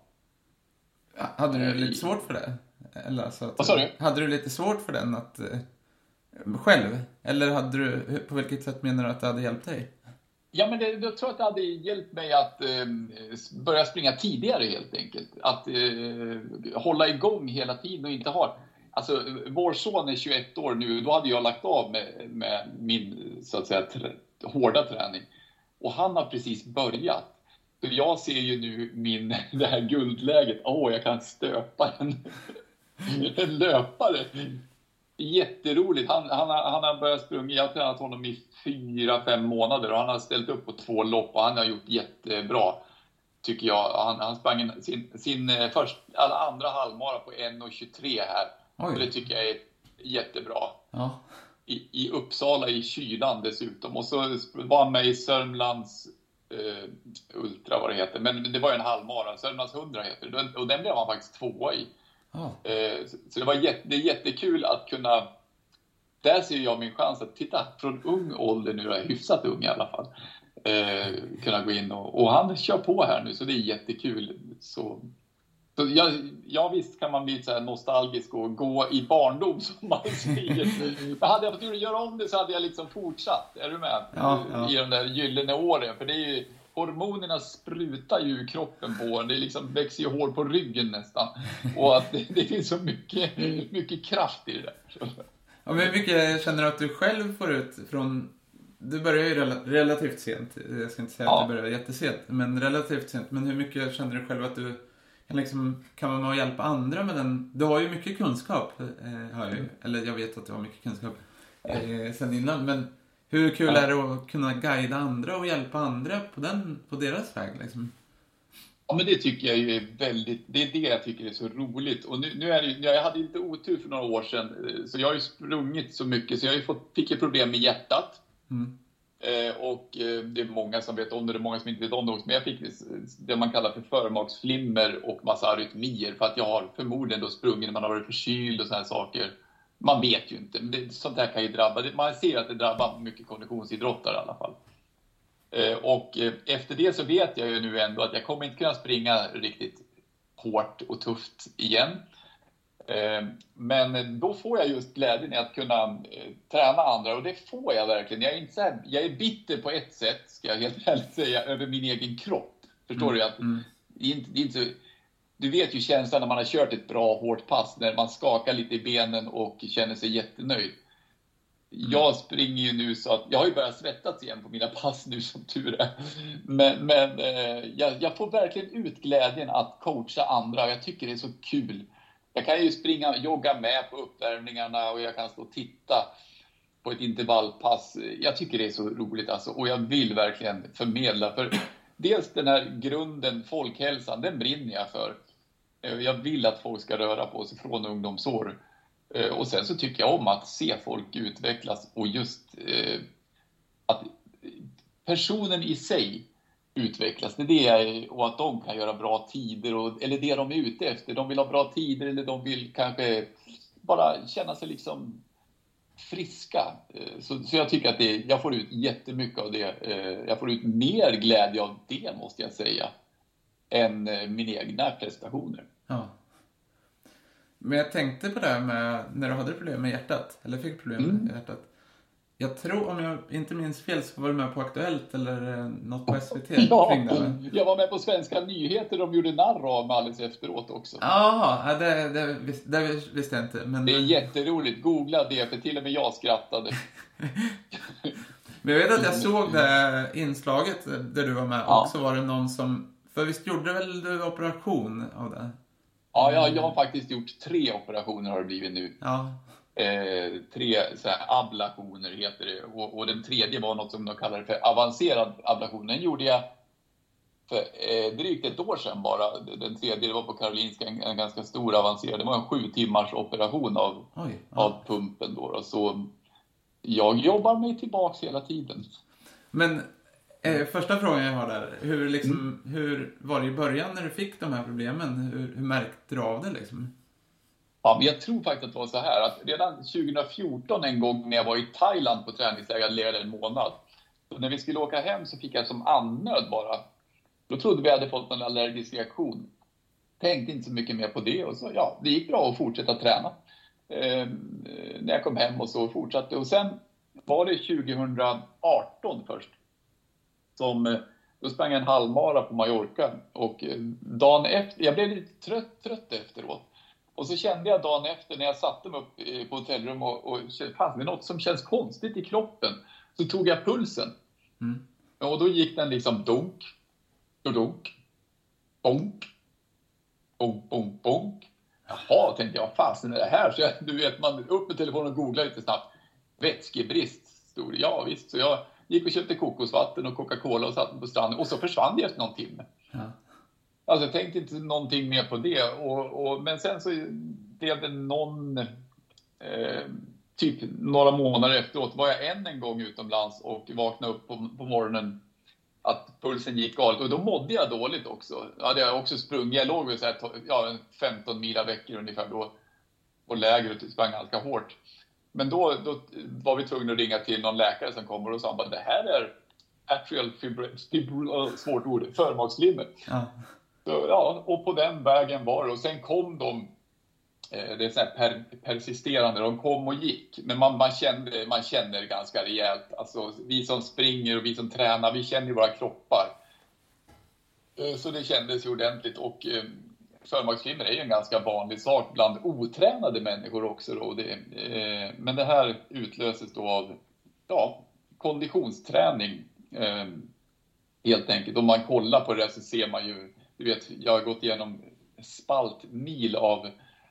Hade du lite svårt för det? Eller alltså att, vad sa du? Hade du lite svårt för den att eh, själv? Eller hade du, på vilket sätt menar du att det hade hjälpt dig? Ja, men det, jag tror att det hade hjälpt mig att eh, börja springa tidigare helt enkelt. Att eh, hålla igång hela tiden och inte ha... Alltså, vår son är tjugoett år nu, då hade jag lagt av med, med min så att säga trä, hårda träning. Och han har precis börjat. Så jag ser ju nu min, det här guldläget. Åh, oh, jag kan stöpa en, en löpare. Jätteroligt. Han, han, har, han har börjat springa. Jag har tränat honom i fyra, fem månader och han har ställt upp på två lopp och han har gjort jättebra, tycker jag. Han, han sprang sin, sin först, alla andra halvmara på en tjugotre här. Och det tycker jag är jättebra. Ja. I, I Uppsala i kylan dessutom. Och så var han med i Sörmlands eh, Ultra, vad det heter. Men det var ju en halvmara. Sörmlands hundra heter det. Och den blev han faktiskt tvåa i. Oh. Så det var jätte, det är jättekul att kunna, där ser jag min chans att titta från ung ålder, nu är jag hyfsat ung i alla fall, eh, kunna gå in och, och han kör på här nu, så det är jättekul. Så, så jag, ja visst kan man bli så här nostalgisk och gå i barndom som man säger. Men hade jag fått göra om det så hade jag liksom fortsatt, är du med? Ja, ja. I de där gyllene åren, för det är ju, hormonerna sprutar ju ur kroppen på en. Det liksom växer ju hår på ryggen nästan. Och att det, det finns så mycket, mycket kraft i det där. Ja, men hur mycket känner du att du själv får ut från... Du börjar ju rel- relativt sent. Jag ska inte säga ja. att du börjar jättesent. Men relativt sent. Men hur mycket känner du själv att du kan, liksom, kan man med hjälpa andra med den? Du har ju mycket kunskap. Eh, har jag ju. Eller jag vet att du har mycket kunskap eh, sen innan. Men... Hur kul ja. är det att kunna guida andra och hjälpa andra på, den, på deras väg? Liksom? Ja, men det tycker jag ju är väldigt... Det är det jag tycker är så roligt. Och nu, nu är det, jag hade inte otur för några år sedan. Så jag har ju sprungit så mycket. Så jag har ju fått, fick ett problem med hjärtat. Mm. Eh, och eh, det är många som vet om det. Det är många som inte vet om det också. Men jag fick det man kallar för förmaksflimmer och massa arytmier. För att jag har förmodligen då sprungit när man har varit förkyld och såna här saker. Man vet ju inte, men det, sånt här kan ju drabba. Man ser att det drabbar mycket konditionsidrottare i alla fall. Eh, och eh, efter det så vet jag ju nu ändå att jag kommer inte kunna springa riktigt hårt och tufft igen. Eh, men då får jag just glädjen i att kunna eh, träna andra, och det får jag verkligen. Jag är, inte så här, jag är bitter på ett sätt, ska jag helt ärligt säga, över min egen kropp. Förstår Mm. du? Att Mm. det är inte, det är inte så, du vet ju känslan när man har kört ett bra hårt pass, när man skakar lite i benen och känner sig jättenöjd. Jag springer ju nu så att jag har ju börjat svettas igen på mina pass nu, som tur är. Men, men eh, jag, jag får verkligen ut glädjen att coacha andra. Jag tycker det är så kul. Jag kan ju springa, jogga med på uppvärmningarna och jag kan stå och titta på ett intervallpass. Jag tycker det är så roligt alltså, och jag vill verkligen förmedla. För dels den här grunden, folkhälsan, den brinner jag för. Jag vill att folk ska röra på sig från ungdomsår. Och sen så tycker jag om att se folk utvecklas, och just eh, att personen i sig utvecklas. Det är det jag, och att de kan göra bra tider, och, eller det de är ute efter. De vill ha bra tider, eller de vill kanske bara känna sig liksom friska. Så, så jag tycker att det, jag får ut jättemycket av det. Jag får ut mer glädje av det, måste jag säga, än mina egna prestationer. Ja. Men jag tänkte på det här med när du hade problem med hjärtat, eller fick problem med mm. hjärtat. Jag tror, om jag inte minns fel, så var du med på Aktuellt eller något på S V T. Ja, kring det, jag var med på Svenska nyheter, de gjorde narr av mig alldeles efteråt också. Jaha, det, det, vis, det visste jag inte. Men... Det är jätteroligt, googla det, för till och med jag skrattade. Men jag vet att jag såg det inslaget där du var med, ja. Och så var det någon som, för visst gjorde väl du operation av det? Ja, jag, jag har faktiskt gjort tre operationer har det blivit nu. Ja. Eh, tre så här, ablationer heter det. Och, och den tredje var något som de kallar för avancerad ablation. Den gjorde jag för eh, drygt ett år sedan bara. Den tredje, det var på Karolinska, en, en ganska stor avancerad. Det var en sju timmars operation av, Oj, ja. av pumpen då. Så jag jobbar mig tillbaks hela tiden. Men eh, första frågan jag har där, hur, liksom, mm. hur var det i början när du fick de här problemen? Hur, hur märkte du av det liksom? Ja, men jag tror faktiskt att det var så här att redan tjugo fjorton, en gång när jag var i Thailand på träningsläger, ledde en månad. Så när vi skulle åka hem så fick jag som andnöd bara. Då trodde vi hade fått en allergisk reaktion. Tänkte inte så mycket mer på det, och så ja, det gick bra att fortsätta träna. Eh, när jag kom hem och så fortsatte. Och sen var det tjugo arton först. Som, då sprang jag en halvmara på Mallorca. Och dagen efter, jag blev lite trött, trött efteråt. Och så kände jag dagen efter när jag satte mig upp på hotellrum och, och fanns det något som känns konstigt i kroppen. Så tog jag pulsen. Mm. Och då gick den liksom dunk, dunk, bonk, bonk, bonk, bonk. Jaha, tänkte jag, fasen är det här? Så jag, du vet, man upp med telefonen och googlar lite snabbt. Vätskebrist, stod det. Ja visst, så jag gick och köpte kokosvatten och Coca-Cola och satt på stranden. Och så försvann det efter någon timme. Ja. Alltså jag tänkte inte någonting mer på det. Och, och, men sen så blev det någon, eh, typ några månader efteråt, var jag än en gång utomlands och vaknade upp på, på morgonen att pulsen gick galet. Och då mådde jag dåligt också. Ja, det har också sprungit. Jag låg väl så här, ja, femton mila veckor ungefär då. Och läger och sprang ganska hårt. Men då, då var vi tvungna att ringa till någon läkare som kommer och sa att det här är atrial fibrillation, svårt ord, förmaksflimmer. Ja. Så, ja, och på den vägen var det. Och sen kom de, eh, det är så här per, persisterande, de kom och gick. Men man, man, kände, man känner ganska rejält. Alltså, vi som springer och vi som tränar, vi känner våra kroppar. Eh, så det kändes ju ordentligt. Och eh, förmaksflimmer är ju en ganska vanlig sak bland otränade människor också. Då. Det, eh, men det här utlöses då av ja, konditionsträning. Eh, helt enkelt. Om man kollar på det så ser man ju, du vet, jag har gått igenom spaltmil av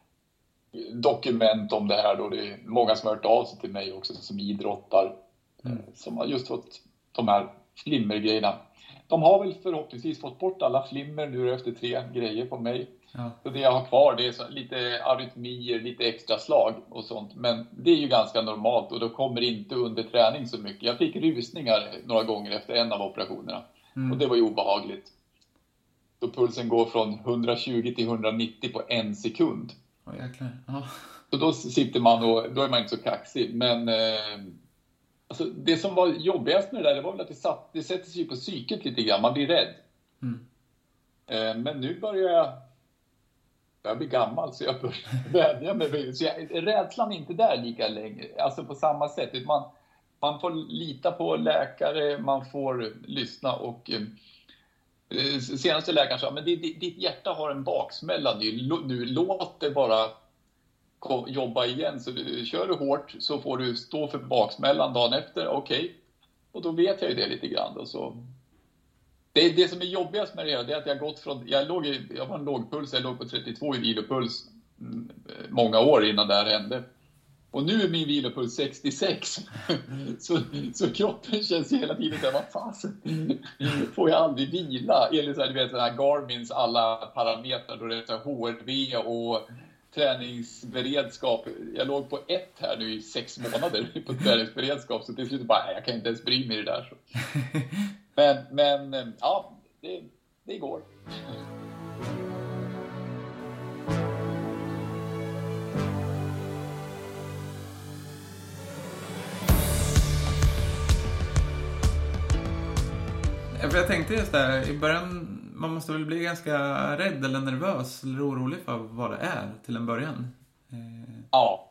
dokument om det här. Då. Det är många som har hört av sig till mig också som idrottar. Mm. Som har just fått de här flimmergrejerna. De har väl förhoppningsvis fått bort alla flimmer nu efter tre grejer på mig. Ja. Så det jag har kvar, det är så, lite arytmier, lite extra slag och sånt. Men det är ju ganska normalt och då kommer inte under träning så mycket. Jag fick rusningar några gånger efter en av operationerna. Mm. Och det var ju obehagligt. Då pulsen går från hundratjugo till hundranittio på en sekund. Oh, jäklar. Ja. Så då sitter man och då är man inte så kaxig. Men eh, alltså, det som var jobbigast med det där, det var väl att det, satt, det sätter sig på psyket lite grann. Man blir rädd. Mm. Eh, men nu börjar jag jag blir gammal så jag börjar vänja mig. Så jag, rädslan är inte där lika länge. Alltså på samma sätt. Man, man får lita på läkare, man får lyssna och Senaste läkaren sa, men ditt hjärta har en baksmälla nu, nu låt det bara jobba igen. Så du, kör du hårt så får du stå för baksmällan dagen efter, okej. Okay. Och då vet jag ju det lite grann. Då, så. Det, det som är jobbigast med det här, det är att jag gått från, jag, låg i, jag var en lågpuls, jag låg på trettiotvå i vilopuls många år innan det här hände. Och nu är min vilopuls sextiosex. så, så kroppen känns hela tiden så här, vad fasen? Får jag aldrig vila? Eller så här, du vet, den här Garmins alla parametrar, då det är så här H R V och träningsberedskap. Jag låg på ett här nu i sex månader på träningsberedskap, så till slut bara, jag kan inte ens bry mig i det där. Så. Men, men ja, det, det går. För jag tänkte just där, i början, man måste väl bli ganska rädd eller nervös eller orolig för vad det är till en början. Eh. Ja.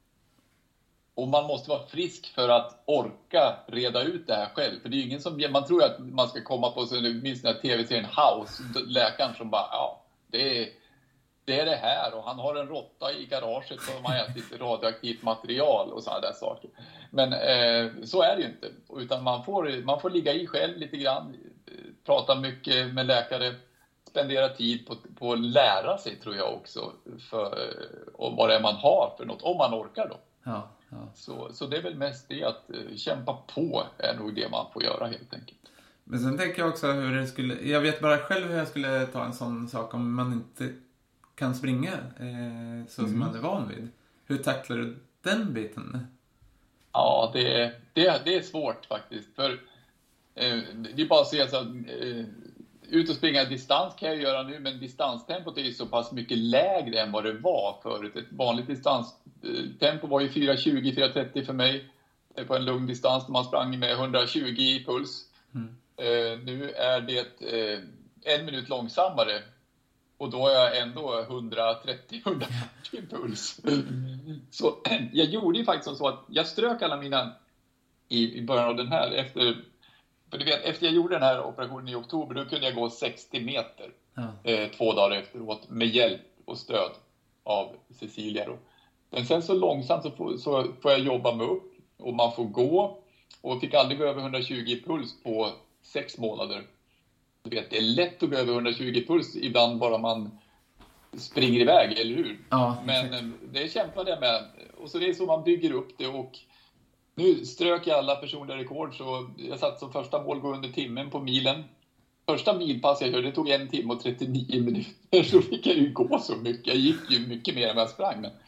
Och man måste vara frisk för att orka reda ut det här själv. För det är ju ingen som, man tror att man ska komma på, så minst den här tv-serien House, läkaren som bara, ja, det är, det är det här. Och han har en råtta i garaget som har ätit radioaktivt material och sådana där saker. Men eh, så är det ju inte. Utan man får, man får ligga i själv lite grann, prata mycket med läkare, spendera tid på, på att lära sig, tror jag också, för, och vad det är man har för något, om man orkar då. Ja, ja. Så, så det är väl mest det att uh, kämpa på är nog det man får göra helt enkelt. Men sen tänker jag också hur det skulle, jag vet bara själv hur jag skulle ta en sån sak om man inte kan springa eh, så mm. som man är van vid. Hur tacklar du den biten? Ja, det, det, det är svårt faktiskt. För eh, det är bara att se så att eh, ut och springa distans kan jag göra nu, men distanstempot är ju så pass mycket lägre än vad det var förut. Ett vanligt distanstempo var ju fyra tjugo fyra trettio för mig på en lugn distans när man sprang med etthundratjugo i puls. Mm. Eh, nu är det eh, en minut långsammare och då är jag ändå etthundratrettio till etthundrafyrtio i puls. Mm. Så jag gjorde ju faktiskt så att jag strök alla mina i, i början av den här efter. För du vet, efter jag gjorde den här operationen i oktober, då kunde jag gå sextio meter ja. eh, två dagar efteråt med hjälp och stöd av Cecilia då. Men sen så långsamt så får, så får jag jobba mig upp och man får gå och fick aldrig gå över etthundratjugo i puls på sex månader. Du vet, det är lätt att gå över etthundratjugo i puls ibland bara man springer iväg, eller hur? Ja, men eh, det kämpade jag med. Och så det är så man bygger upp det och nu strök jag alla personliga rekord, så jag satt som första mål gå under timmen på milen. Första milpass jag gjorde, det tog en timme och trettionio minuter, så fick jag ju gå så mycket. Jag gick ju mycket mer än vad jag sprang. Men,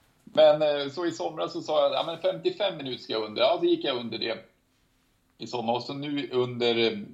men så i somras så sa jag, ja men femtiofem minuter ska jag under. Ja, så gick jag under det i sommar. Och så nu under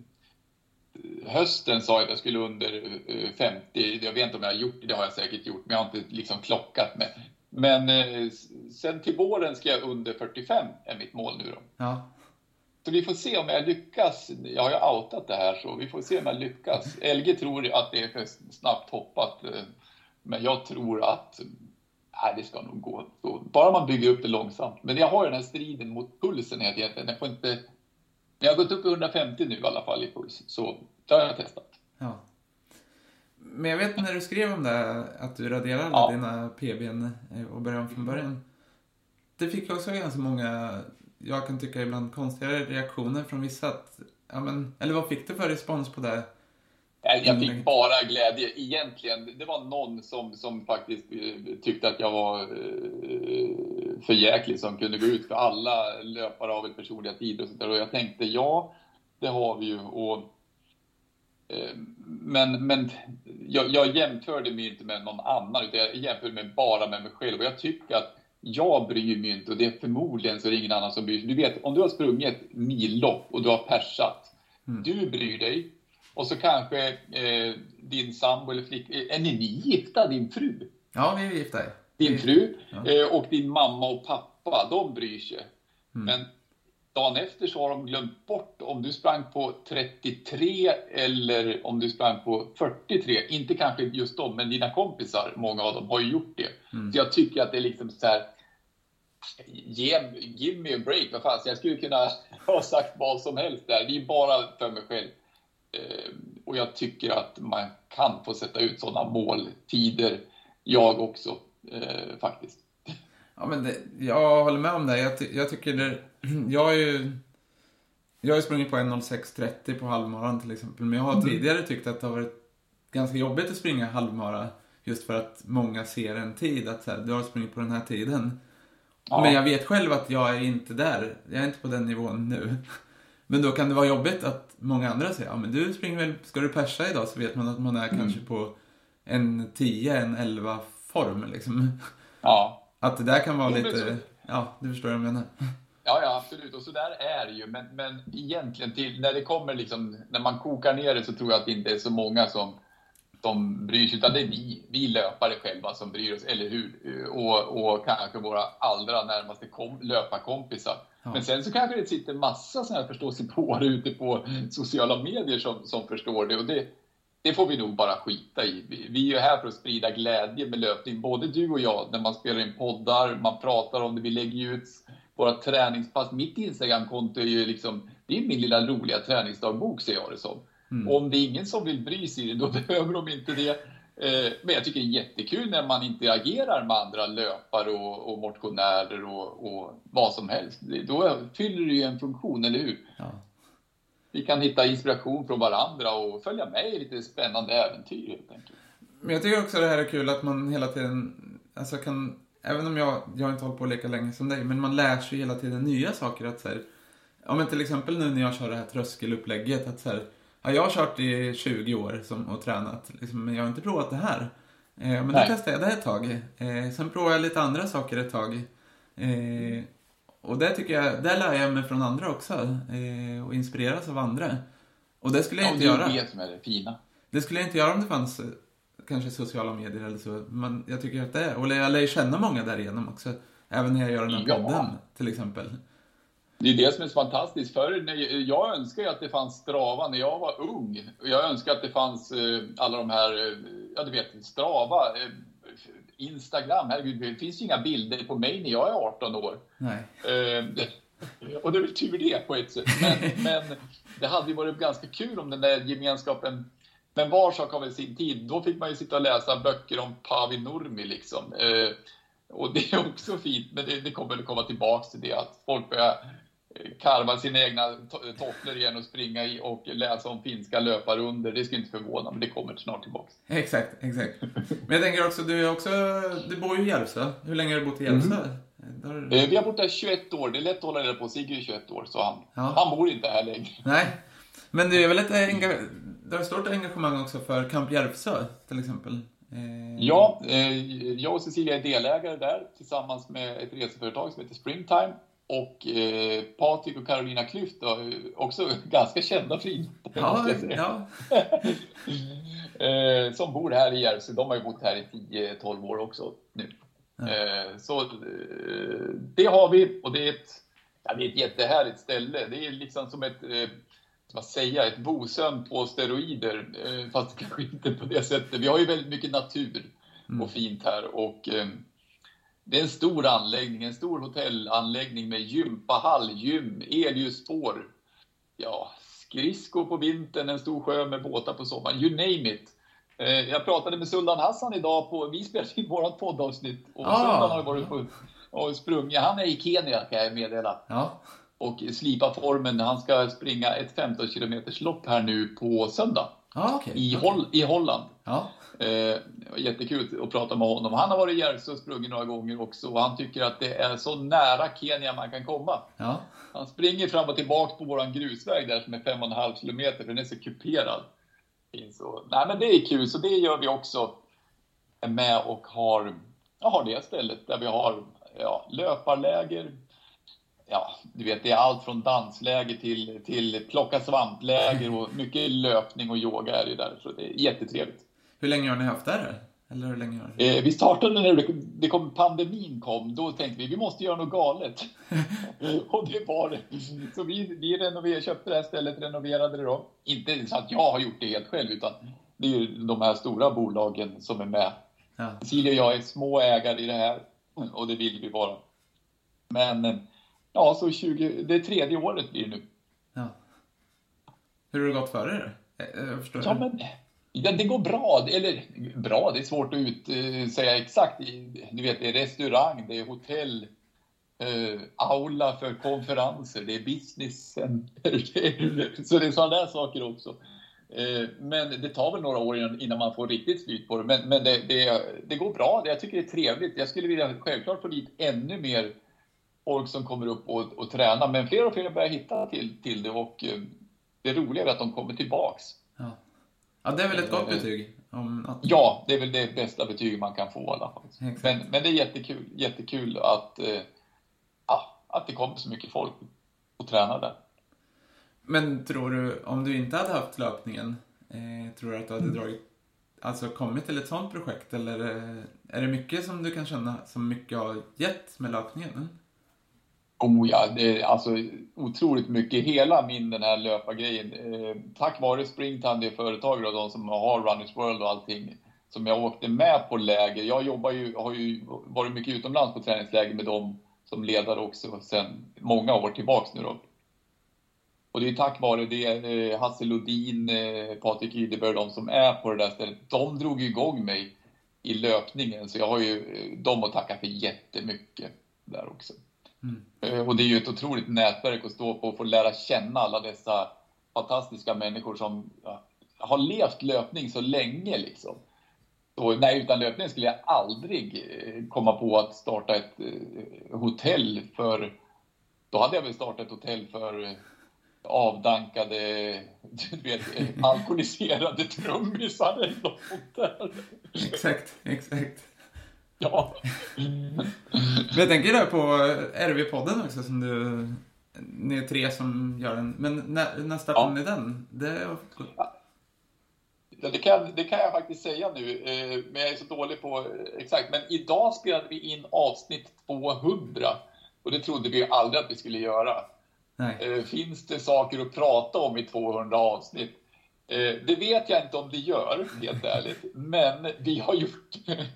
hösten sa jag att jag skulle under femtio. Jag vet inte om jag har gjort det, det har jag säkert gjort, men jag har inte liksom klockat med. Men eh, sen till våren ska jag under fyrtiofem är mitt mål nu då. Ja. Så vi får se om jag lyckas. Jag har ju outat det här, så vi får se om jag lyckas. L G tror att det är för snabbt hoppat. Eh, men jag tror att nej, det ska nog gå. Så bara man bygger upp det långsamt. Men jag har ju den här striden mot pulsen helt egentligen. Jag får inte... Jag har gått upp i etthundrafemtio nu i alla fall i puls. Så det har jag testat. Ja. Men jag vet när du skrev om det, att du raderade alla ja. dina P B:n och började från början. Det fick också ganska många, jag kan tycka ibland konstiga reaktioner från vissa. Att, ja, men, eller vad fick du för respons på det? Jag fick bara glädje egentligen. Det var någon som, som faktiskt tyckte att jag var för jäklig som kunde gå ut för alla löpare av ett personliga tid och sånt där. Och jag tänkte, ja, det har vi ju. Och Men, men jag, jag jämförde mig inte med någon annan, utan jag jämförde mig bara med mig själv. Och jag tycker att jag bryr mig inte, och det är förmodligen så är det ingen annan som bryr sig. Du vet, om du har sprungit ett millopp och du har persat, mm. du bryr dig. Och så kanske eh, din sambo eller flick, är ni gifta, din fru? Ja, vi är gifta. Din fru ja. eh, och din mamma och pappa, de bryr sig. Mm. Men dagen efter så har de glömt bort om du sprang på trettiotre eller om du sprang på fyrtiotre. Inte kanske just de, men dina kompisar, många av dem har ju gjort det. Mm. Så jag tycker att det är liksom så här, give, give me a break. Vad fan, så jag skulle kunna ha sagt vad som helst där. Det är bara för mig själv. och jag tycker att man kan få sätta ut sådana måltider, jag också eh, faktiskt. Ja, men det, jag håller med om det. Jag, ty- jag tycker det, jag är ju jag har ju sprungit på en noll sex trettio på halvmaran till exempel, men jag har tidigare tyckt att det har varit ganska jobbigt att springa halvmara just för att många ser en tid att så här, du har sprungit på den här tiden. Ja. Men jag vet själv att jag är inte där. Jag är inte på den nivån nu. Men då kan det vara jobbigt att många andra säger, ja men du springer väl, ska du persa idag, så vet man att man är mm. kanske på en tio, en elva form liksom. Ja. Att det där kan vara lite, så... ja, du förstår vad jag menar. Ja, ja, absolut. Och så där är det ju. Men, men egentligen till, när det kommer liksom, när man kokar ner det, så tror jag att det inte är så många som, som bryr sig. Utan det är vi, vi löpare själva som bryr oss, eller hur? Och, och kanske våra allra närmaste kom, löparkompisar. Ja. Men sen så kanske det sitter massa sådana här förståsigpåare ute på sociala medier som, som förstår det. Och det, det får vi nog bara skita i. Vi, vi är ju här för att sprida glädje med löpning. Både du och jag, när man spelar in poddar, man pratar om det, vi lägger ut våra träningspass. Mitt Instagram-konto är ju liksom, det är min lilla roliga träningsdagbok, ser jag det som. Mm. Och om det är ingen som vill bry sig, då behöver de inte det. Eh, men jag tycker det är jättekul när man interagerar med andra löpare och, och motionärer och, och vad som helst. Då fyller det ju en funktion, eller hur? Ja. Vi kan hitta inspiration från varandra och följa med i lite spännande äventyr, helt enkelt. Men jag tycker också det här är kul att man hela tiden, alltså kan, även om jag, jag har inte hållit på lika länge som dig, men man lär sig hela tiden nya saker. Att så här, ja, men till exempel nu när jag kör det här tröskelupplägget, att så här, ja, jag har kört i tjugo år som, och tränat, liksom, men jag har inte provat det här. Eh, men Nej. Då testade jag det ett tag. Eh, sen provade jag lite andra saker ett tag. Eh, och det tycker jag, där lär jag mig från andra också. Eh, och inspireras av andra. Och det skulle jag ja, inte det göra. Det är det som är det fina. Det skulle jag inte göra om det fanns kanske sociala medier eller så. Men jag tycker att det är. Och jag lär känna många därigenom också. Även när jag gör den här podden, ja. Till exempel. Det är det som är så fantastiskt. För jag önskar ju att det fanns Strava när jag var ung. Jag önskar att det fanns alla de här, ja du vet, Strava, Instagram. Herregud, det finns ju inga bilder på mig när jag är arton år. Nej. Och det är väl tur det på ett sätt. Men, men det hade ju varit ganska kul om den där gemenskapen. Men var sak har väl sin tid. Då fick man ju sitta och läsa böcker om Paavo Nurmi liksom. Och det är också fint, men det, det kommer väl komma tillbaka till det, att folk börjar karva sina egna tofflor igen och springa i och läsa om finska löparunder. Det ska inte förvåna, men det kommer snart tillbaka. Exakt, exakt. Men jag tänker också, du är också, du bor ju i Järvsö. Hur länge har du bott i Järvsö? Mm. Där... Vi har bott där tjugoett år. Det är lätt att hålla reda på. Sigge är tjugoett år, så han, ja. han bor inte här längre. Nej, men det är väl ett enga... det har stort engagemang också för Camp Järvsö till exempel. Eh... Ja, eh, jag och Cecilia är delägare där tillsammans med ett reseföretag som heter Springtime. Och eh, Patrik och Carolina Klyft då, också ganska kända friidrottare. Ja, ja. eh, som bor här i Järvsö. De har ju bott här i tio tolv år också nu. Ja. Eh, så eh, det har vi, och det är ett, ja, det är ett jättehärligt ställe. Det är liksom som ett, eh, vad säga, ett Bosön på steroider. Eh, fast kanske inte på det sättet. Vi har ju väldigt mycket natur mm. och fint här. Och... Eh, det är en stor anläggning, en stor hotellanläggning med gympahall, gym, elljusspår, ja, skridskor på vintern, en stor sjö med båtar på sommaren, you name it. Eh, jag pratade med Sultan Hassan idag, på, vi spelade in vårat poddavsnitt, och ah. Sultan har varit på och sprungit, han är i Kenya kan jag meddela. Ja. Och slipa formen, han ska springa ett femton kilometers lopp här nu på söndag. Ah, okay. I, Holl- i Holland. Ja. Eh, jättekul att prata med honom. Han har varit i Järvsö och sprungit några gånger också, och han tycker att det är så nära Kenya man kan komma. Ja. Han springer fram och tillbaka på våran grusväg där som är fem och en halv kilometer, för den är så kuperad. Så, nej, men det är kul, så det gör vi också med, och har, ja, har det stället där vi har ja, löparläger. Ja, du vet, det är allt från dansläger till, till plocka svampläger, och mycket löpning och yoga är det där, så det är jättetrevligt. Hur länge har ni haft det? Eller hur länge har eh, vi startade när det, det kom, pandemin kom, då tänkte vi vi måste göra något galet. Och det var det. Så vi, vi renoverade, köpte det här stället, renoverade det då. Inte så att jag har gjort det helt själv, utan det är ju de här stora bolagen som är med. Ja. Cecilia och jag är små ägare i det här, och det vill vi vara. Men ja, så tjugo, det är tredje året blir det nu. Ja. Hur har det gått för er? Jag förstår. Ja, men ja, det går bra. Eller bra, det är svårt att ut, uh, säga exakt. Du vet, det är restaurang, det är hotell, uh, aula för konferenser, det är business center. Så det är sådana där saker också. Uh, men det tar väl några år innan man får riktigt slut på det. Men, men det, det, det går bra. Jag tycker det är trevligt. Jag skulle vilja självklart få dit ännu mer folk som kommer upp och, och tränar. Men fler och fler börjar hitta till, till det. Och uh, det roliga är att de kommer tillbaks. Ja. Ja, det är väl ett gott betyg. Om att... Ja, det är väl det bästa betyg man kan få i alla fall. Men, men det är jättekul, jättekul att, eh, ja, att det kommer så mycket folk och tränar där. Men tror du, om du inte hade haft löpningen, eh, tror du att du hade dragit, alltså kommit till ett sånt projekt? Eller eh, är det mycket som du kan känna som mycket har gett med löpningen? Oh ja, det är alltså otroligt mycket. Hela min den här löpargrejen. Eh, tack vare Springtime, det företaget och de som har Runners World och allting. Som jag åkte med på läger. Jag jobbar ju, har ju varit mycket utomlands på träningsläger med dem som ledare också sedan många år tillbaks nu då. Och det är tack vare det, eh, Hasse Lodin, eh, Patrik Ydeberg, de som är på det där stället. De drog igång mig i löpningen. Så jag har ju eh, dem att tacka för jättemycket där också. Mm. Och det är ju ett otroligt nätverk att stå på och få lära känna alla dessa fantastiska människor som ja, har levt löpning så länge liksom. Så, nej, utan löpning skulle jag aldrig komma på att starta ett eh, hotell för, då hade jag väl startat ett hotell för avdankade, du vet, alkoholiserade trummisar eller något sånt där. Exakt, exakt. Ja. Men jag tänker där på R V-podden också som du, ni är tre som gör den. Men när, när startade ja. ni den? Det, ja. det, kan, det kan jag faktiskt säga nu, men jag är så dålig på exakt. Men idag spelade vi in avsnitt tvåhundra och det trodde vi aldrig att vi skulle göra. Nej. Finns det saker att prata om i tvåhundra avsnitt? Det vet jag inte om det gör, helt ärligt. Men vi har gjort...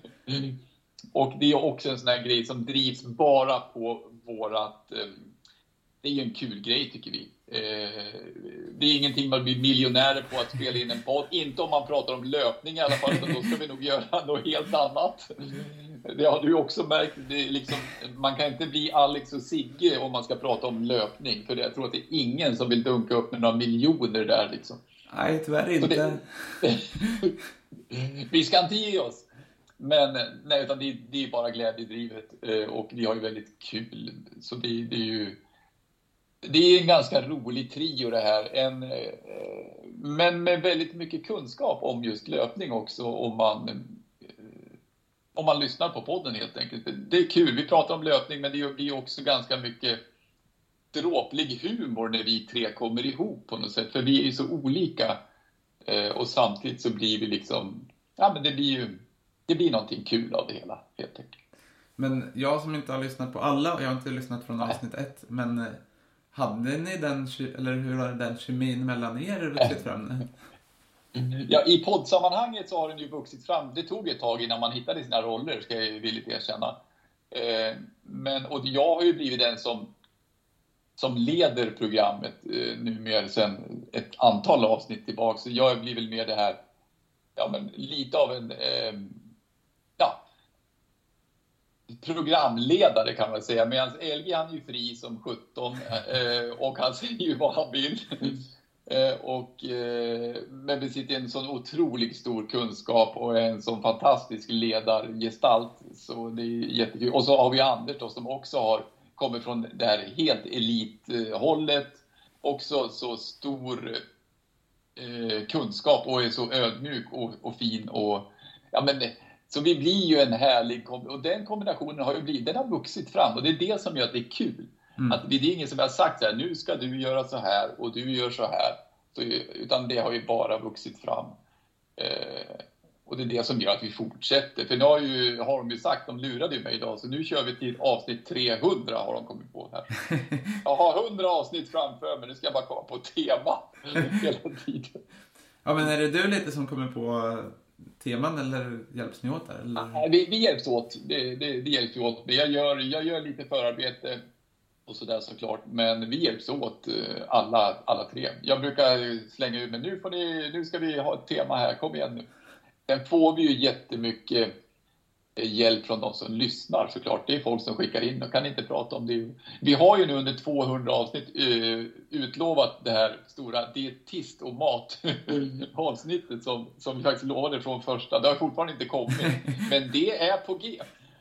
Och det är också en sån här grej som drivs bara på vårat... Det är ju en kul grej tycker vi. Det är ingenting man blir miljonärer på att spela in en podd. Inte om man pratar om löpning i alla fall. Då ska vi nog göra något helt annat. Det har du också märkt. Det är liksom, man kan inte bli Alex och Sigge om man ska prata om löpning. För jag tror att det är ingen som vill dunka upp med några miljoner där liksom. Nej, tyvärr inte. Det, vi ska inte ge oss. Men nej, utan det, det är bara glädjedrivet och vi har ju väldigt kul. Så det, det är ju det är en ganska rolig trio det här. En, men med väldigt mycket kunskap om just löpning också om man, om man lyssnar på podden helt enkelt. Det är kul, vi pratar om löpning men det blir också ganska mycket dråplig humor när vi tre kommer ihop på något sätt. För vi är ju så olika och samtidigt så blir vi liksom, ja men det blir ju Det blir någonting kul av det hela, helt enkelt. Men jag som inte har lyssnat på alla, och jag har inte lyssnat från avsnitt ett, men hade ni den, eller hur var den kemin mellan er vuxit fram? Ja, i poddsammanhanget så har den ju vuxit fram. Det tog ett tag innan man hittade sina roller, ska jag ju villigt erkänna. Men, och jag har ju blivit den som, som leder programmet nu mer sedan ett antal avsnitt tillbaka. Så jag blir väl mer det här, ja men lite av en... Ja, programledare kan man säga. Medan L G han är ju fri som sjutton eh, och han säger ju vad han vill. eh, och, eh, men besitter en sån otroligt stor kunskap och en sån fantastisk ledargestalt. Så det är jättekul. Och så har vi Anders då, som också har kommit från det här helt elithållet. Också så stor eh, kunskap och är så ödmjuk och, och fin och ja men det, så vi blir ju en härlig, och den kombinationen har ju blivit, den har vuxit fram och det är det som gör att det är kul. Mm. Att det är ingen som har sagt så här, nu ska du göra så här och du gör så här. Så, utan det har ju bara vuxit fram. Eh, och det är det som gör att vi fortsätter. För nu har, ju, har de ju sagt, de lurade ju mig idag, så nu kör vi till avsnitt trehundra har de kommit på här. Jag har hundra avsnitt framför mig, nu ska jag bara komma på tema hela tiden. Ja, men är det du lite som kommer på teman eller hjälps ni åt där? Eller? Nej, vi, vi hjälps åt. Det, det, det hjälps åt. Jag gör, jag gör lite förarbete och sådär såklart. Men vi hjälps åt alla, alla tre. Jag brukar slänga ut, men nu, får ni, nu ska vi ha ett tema här, kom igen nu. Sen får vi ju jättemycket hjälp från de som lyssnar såklart. Det är folk som skickar in och kan inte prata om det. Vi har ju nu under tvåhundra avsnitt utlovat det här stora dietist- och mat-avsnittet som, som vi faktiskt lovade från första. Det har fortfarande inte kommit, men det är på G.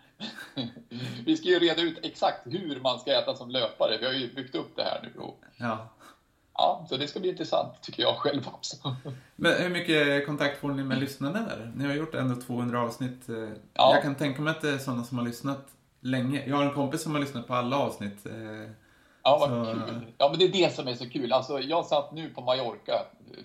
Vi ska ju reda ut exakt hur man ska äta som löpare. Vi har ju byggt upp det här nu. Ja. Ja, så det ska bli intressant tycker jag själv också. Men hur mycket kontakt får ni med lyssnarna där? Ni har gjort ändå tvåhundra avsnitt. Ja. Jag kan tänka mig att det är sådana som har lyssnat länge. Jag har en kompis som har lyssnat på alla avsnitt. Ja, vad så... kul. Ja, men det är det som är så kul. Alltså, jag satt nu på Mallorca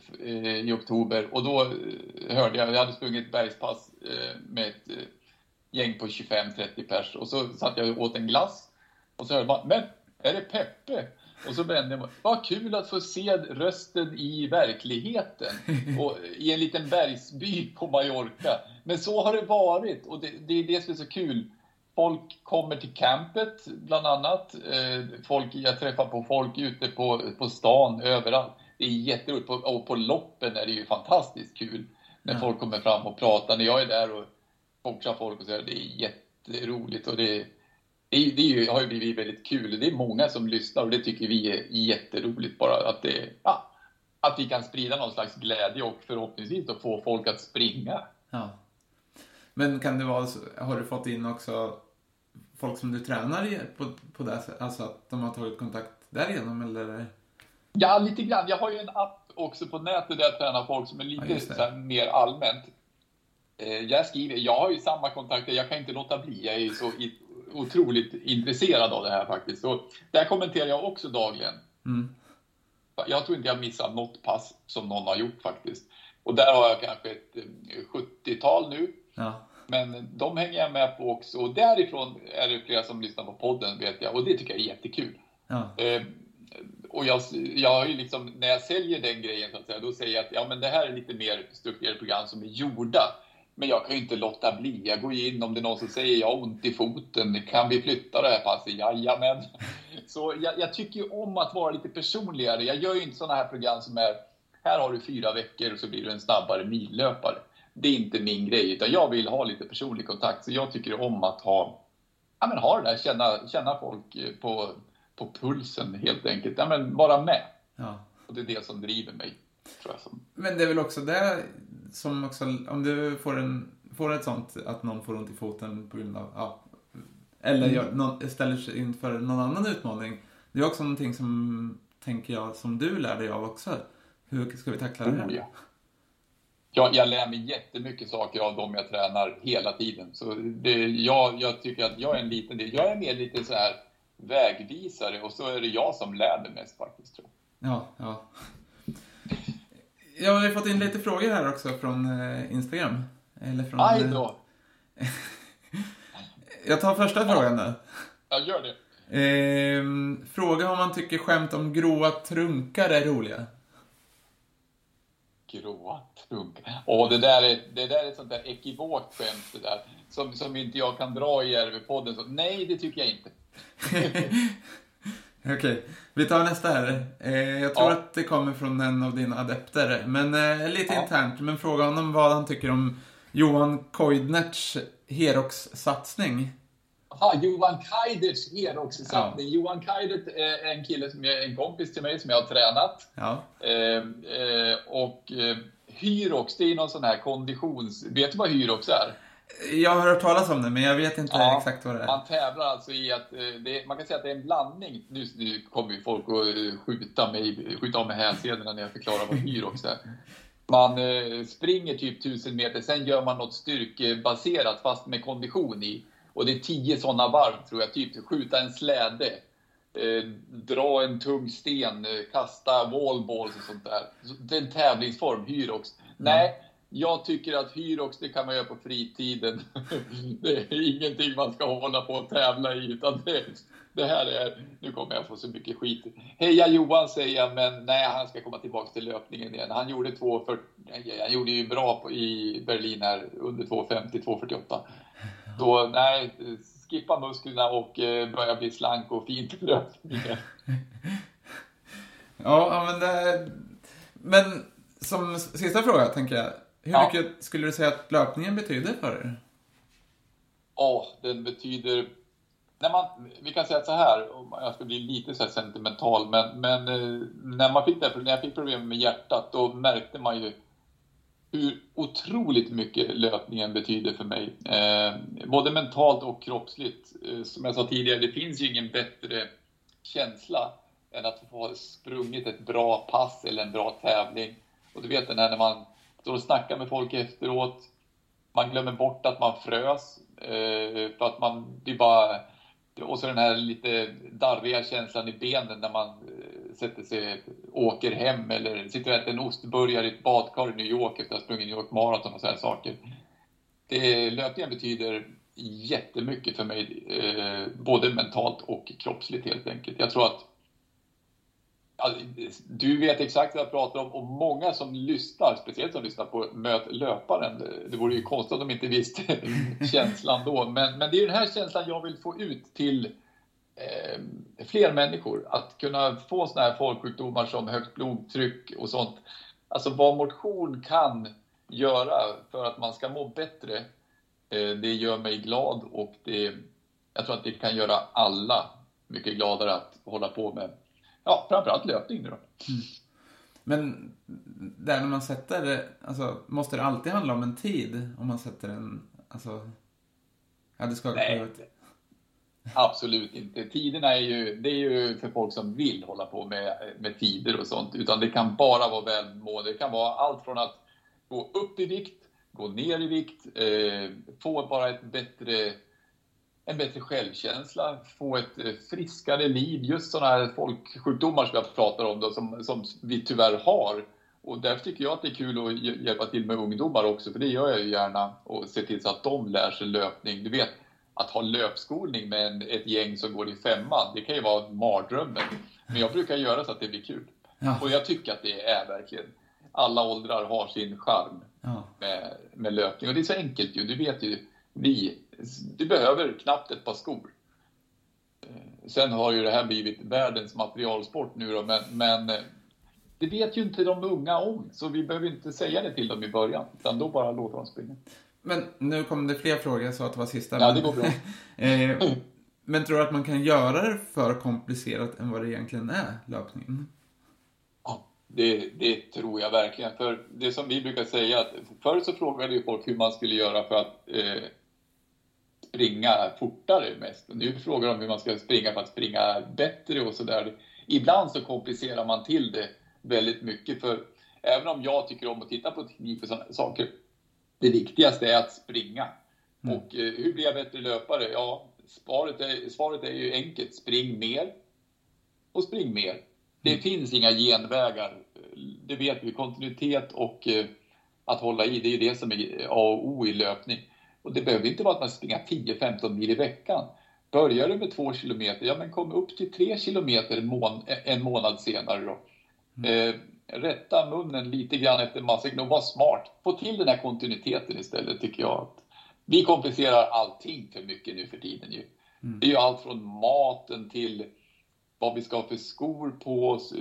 i oktober och då hörde jag, jag hade sprungit ett bergspass med ett gäng på tjugofem trettio pers och så satt jag och åt en glass och så hörde man, men är det Peppe? Och så vände jag mig, vad kul att få se rösten i verkligheten och i en liten bergsby på Mallorca. Men så har det varit och det, det är det som är så kul. Folk kommer till campet bland annat. Folk, jag träffar på folk ute på, på stan överallt. Det är jätteroligt. Och på loppen är det ju fantastiskt kul när ja. folk kommer fram och pratar. När jag är där och coachar folk och så, det är jätteroligt och det Det, det har ju blivit väldigt kul. Det är många som lyssnar och det tycker vi är jätteroligt. Bara att, det, ja, att vi kan sprida någon slags glädje och förhoppningsvis då få folk att springa. Ja. Men kan det vara, har du fått in också folk som du tränar på, på det sättet? Alltså att de har tagit kontakt därigenom eller? Ja, lite grann. Jag har ju en app också på nätet där jag tränar folk som är lite ja, så här, mer allmänt. Jag skriver, jag har ju samma kontakter, jag kan inte låta bli. Jag är ju så otroligt intresserad av det här faktiskt. Så där kommenterar jag också dagligen. Mm. Jag tror inte jag missar något pass som någon har gjort faktiskt. Och där har jag kanske ett sjuttiotal nu. Ja. Men de hänger jag med på också. Och därifrån är det flera som lyssnar på podden vet jag. Och det tycker jag är jättekul. Ja. Eh, och jag, jag har ju liksom, när jag säljer den grejen så att säga, då säger jag att ja, men det här är lite mer strukturerade program som är gjorda. Men jag kan ju inte låta bli. Jag går in om det är någon som säger jag har ont i foten. Kan vi flytta det här passet? Jajamän. Så jag, jag tycker ju om att vara lite personligare. Jag gör ju inte sådana här program som är här har du fyra veckor och så blir du en snabbare millöpare. Det är inte min grej. Utan jag vill ha lite personlig kontakt. Så jag tycker om att ha, ja, men ha det där. Känna, känna folk på, på pulsen helt enkelt. Ja, men vara med. Ja. Och det är det som driver mig. Tror jag som. Men det är väl också det som också, om du får, en, får ett sånt att någon får ont i foten på grund av, ja, eller mm. gör, någon, ställer sig inför någon annan utmaning. Det är också någonting som, tänker jag, som du lär dig av också. Hur ska vi tackla det här? Oh, ja. jag, jag lär mig jättemycket saker av dem jag tränar hela tiden. Så det, jag, jag tycker att jag är en liten del. Jag är mer lite så här vägvisare och så är det jag som lär mig mest faktiskt, tror jag. Ja, ja. Jag har ju fått in lite frågor här också från eh, Instagram. Eller från, Aj då. Eh, jag tar första ja. frågan då. Ja, gör det. Eh, fråga om man tycker skämt om gråa trunkar är roliga. Gråa trunkar? Åh, det där är, det där är ett sånt där ekivokt skämt det där. Som, som inte jag kan dra i R V-podden. Så, nej, det tycker jag inte. Okej, okay. Vi tar nästa här. Eh, jag tror ja. att det kommer från en av dina adepter. Men eh, lite ja. internt. Men fråga honom vad han tycker om Johan Koidnerts Herox-satsning. Ja, Johan Kaiders Herox-satsning. Ja. Johan Kaidert är en kille som är en kompis till mig som jag har tränat. Ja. Eh, eh, och eh, Hyrox, det är någon sån här konditions... Vet du vad Hyrox är? Jag har hört talas om det, men jag vet inte ja, exakt vad det är. Man tävlar alltså i att, det, man kan säga att det är en blandning. Nu, nu kommer ju folk att skjuta, mig, skjuta av med hälsenorna när jag förklarar vad Hyrox är. Man eh, springer typ tusen meter, sen gör man något styrkebaserat fast med kondition i. Och det är tio sådana varv tror jag, typ skjuta en släde, eh, dra en tung sten, eh, kasta wallballs och sånt där. Så det är en tävlingsform, Hyrox. Mm. Nej. Jag tycker att Hyrox, det kan man göra på fritiden. Det är ingenting man ska hålla på och tävla i. Utan det, det här är... Nu kommer jag få så mycket skit. Heja Johan säger jag, men nej, han ska komma tillbaka till löpningen igen. Han gjorde två fyrtio, han gjorde ju bra på, i Berlin här under två femtio, två fyrtioåtta. Så nej, skippa musklerna och eh, börja bli slank och fint för löpningen. Ja, men det... Men som sista fråga tänker jag. Hur Ja. mycket skulle du säga att löpningen betyder för er? Ja, den betyder... När man, vi kan säga så här, om jag ska bli lite så här sentimental, men, men eh, när, man fick det, när jag fick problem med hjärtat, då märkte man ju hur otroligt mycket löpningen betyder för mig. Eh, både mentalt och kroppsligt. Eh, som jag sa tidigare, det finns ju ingen bättre känsla än att få ha sprungit ett bra pass eller en bra tävling. Och du vet den här när man står och snackar med folk efteråt, man glömmer bort att man frös, eh, för att man blir bara... Och så den här lite darriga känslan i benen när man eh, sätter sig, åker hem eller sitter och äter en ostburgare i ett badkar i New York efter att ha sprungit New York Marathon och så här saker. Det, löpningen betyder jättemycket för mig, eh, både mentalt och kroppsligt helt enkelt. Jag tror att ja, du vet exakt vad jag pratar om, och många som lyssnar, speciellt som lyssnar på Möt löparen, det vore ju konstigt om de inte visste känslan då, men, men det är den här känslan jag vill få ut till eh, fler människor, att kunna få såna här folksjukdomar som högt blodtryck och sånt, alltså vad motion kan göra för att man ska må bättre, eh, det gör mig glad, och det, jag tror att det kan göra alla mycket gladare att hålla på med. Ja, framförallt löpning nu då. Mm. Men där när man sätter det, alltså, måste det alltid handla om en tid om man sätter en, alltså, ja, det ska Nej, ut. Absolut inte. Tiderna är ju, det är ju för folk som vill hålla på med, med tider och sånt, utan det kan bara vara välmående. Det kan vara allt från att gå upp i vikt, gå ner i vikt, eh, få bara ett bättre... en bättre självkänsla, få ett friskare liv, just sådana här folksjukdomar som jag pratar om då, som, som vi tyvärr har. Och därför tycker jag att det är kul att hjälpa till med ungdomar också, för det gör jag ju gärna, och se till så att de lär sig löpning. Du vet, att ha löpskolning med en, ett gäng som går i femman, det kan ju vara mardrömmen. Men jag brukar göra så att det blir kul. Ja. Och jag tycker att det är verkligen, alla åldrar har sin charm ja. med, med löpning. Och det är så enkelt ju, du vet ju, vi, du behöver knappt ett par skor. Sen har ju det här blivit världens materialsport nu då, men, men det vet ju inte de unga om, så vi behöver inte säga det till dem i början, utan då bara låta dem springa. Men nu kom det fler frågor, jag sa att det var sista. Ja, men... det går bra. eh, men tror du att man kan göra det för komplicerat än vad det egentligen är, löpningen? Ja, det, det tror jag verkligen. För det som vi brukar säga, att förr så frågade ju folk hur man skulle göra för att eh, springa fortare mest. Nu frågar de hur man ska springa för att springa bättre och sådär. Ibland så komplicerar man till det väldigt mycket, för även om jag tycker om att titta på teknik och sådana saker, det viktigaste är att springa. Mm. Och eh, hur blir jag bättre löpare? Ja, svaret är, svaret är ju enkelt. Spring mer och spring mer. Det mm. finns inga genvägar. Det vet vi. Kontinuitet och eh, att hålla i, det är ju det som är A och O i löpning. Och det behöver inte vara att man springer tio femton mil i veckan. Börjar du med två kilometer, ja men kom upp till tre kilometer en, mån, en månad senare då. Mm. Eh, rätta munnen lite grann efter masken och var smart. Få till den här kontinuiteten istället, tycker jag. Att vi komplicerar allting för mycket nu för tiden ju. Mm. Det är ju allt från maten till vad vi ska ha för skor på oss.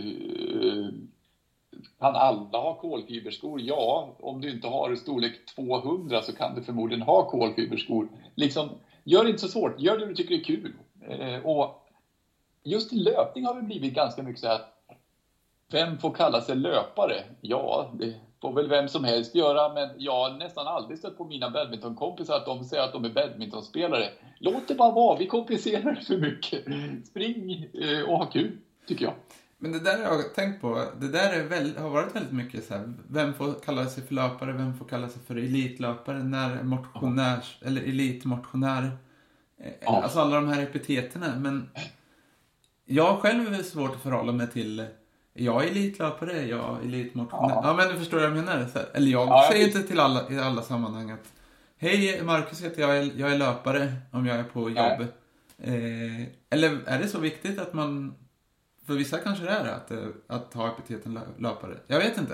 Kan alla ha kolfiberskor? Ja, om du inte har storlek tvåhundra så kan du förmodligen ha kolfiberskor. Liksom, gör det inte så svårt. Gör det du tycker är kul. Och just i löpning har det blivit ganska mycket så här. Vem får kalla sig löpare? Ja, det får väl vem som helst göra, men jag har nästan aldrig stött på mina badmintonkompisar att de säger att de är badmintonspelare. Låt det bara vara, vi komplicerar för mycket. Spring och ha kul, tycker jag. Men det där har jag tänkt på, det där är väl, har varit väldigt mycket så här, vem får kalla sig för löpare, vem får kalla sig för elitlöpare, när motionär, eller elitmotionär, ja. Alltså alla de här epiteterna, men jag själv är svårt att förhålla mig till. Jag är elitlöpare, jag är elitmotionär. Ja. ja, men du förstår vad jag menar. Så här, eller jag ja, säger jag inte till alla, i alla sammanhang att hej, Marcus heter jag, jag är löpare om jag är på jobb. Eh, eller är det så viktigt att man, för vissa kanske det är att, att ha epiteten löpare. Jag vet inte.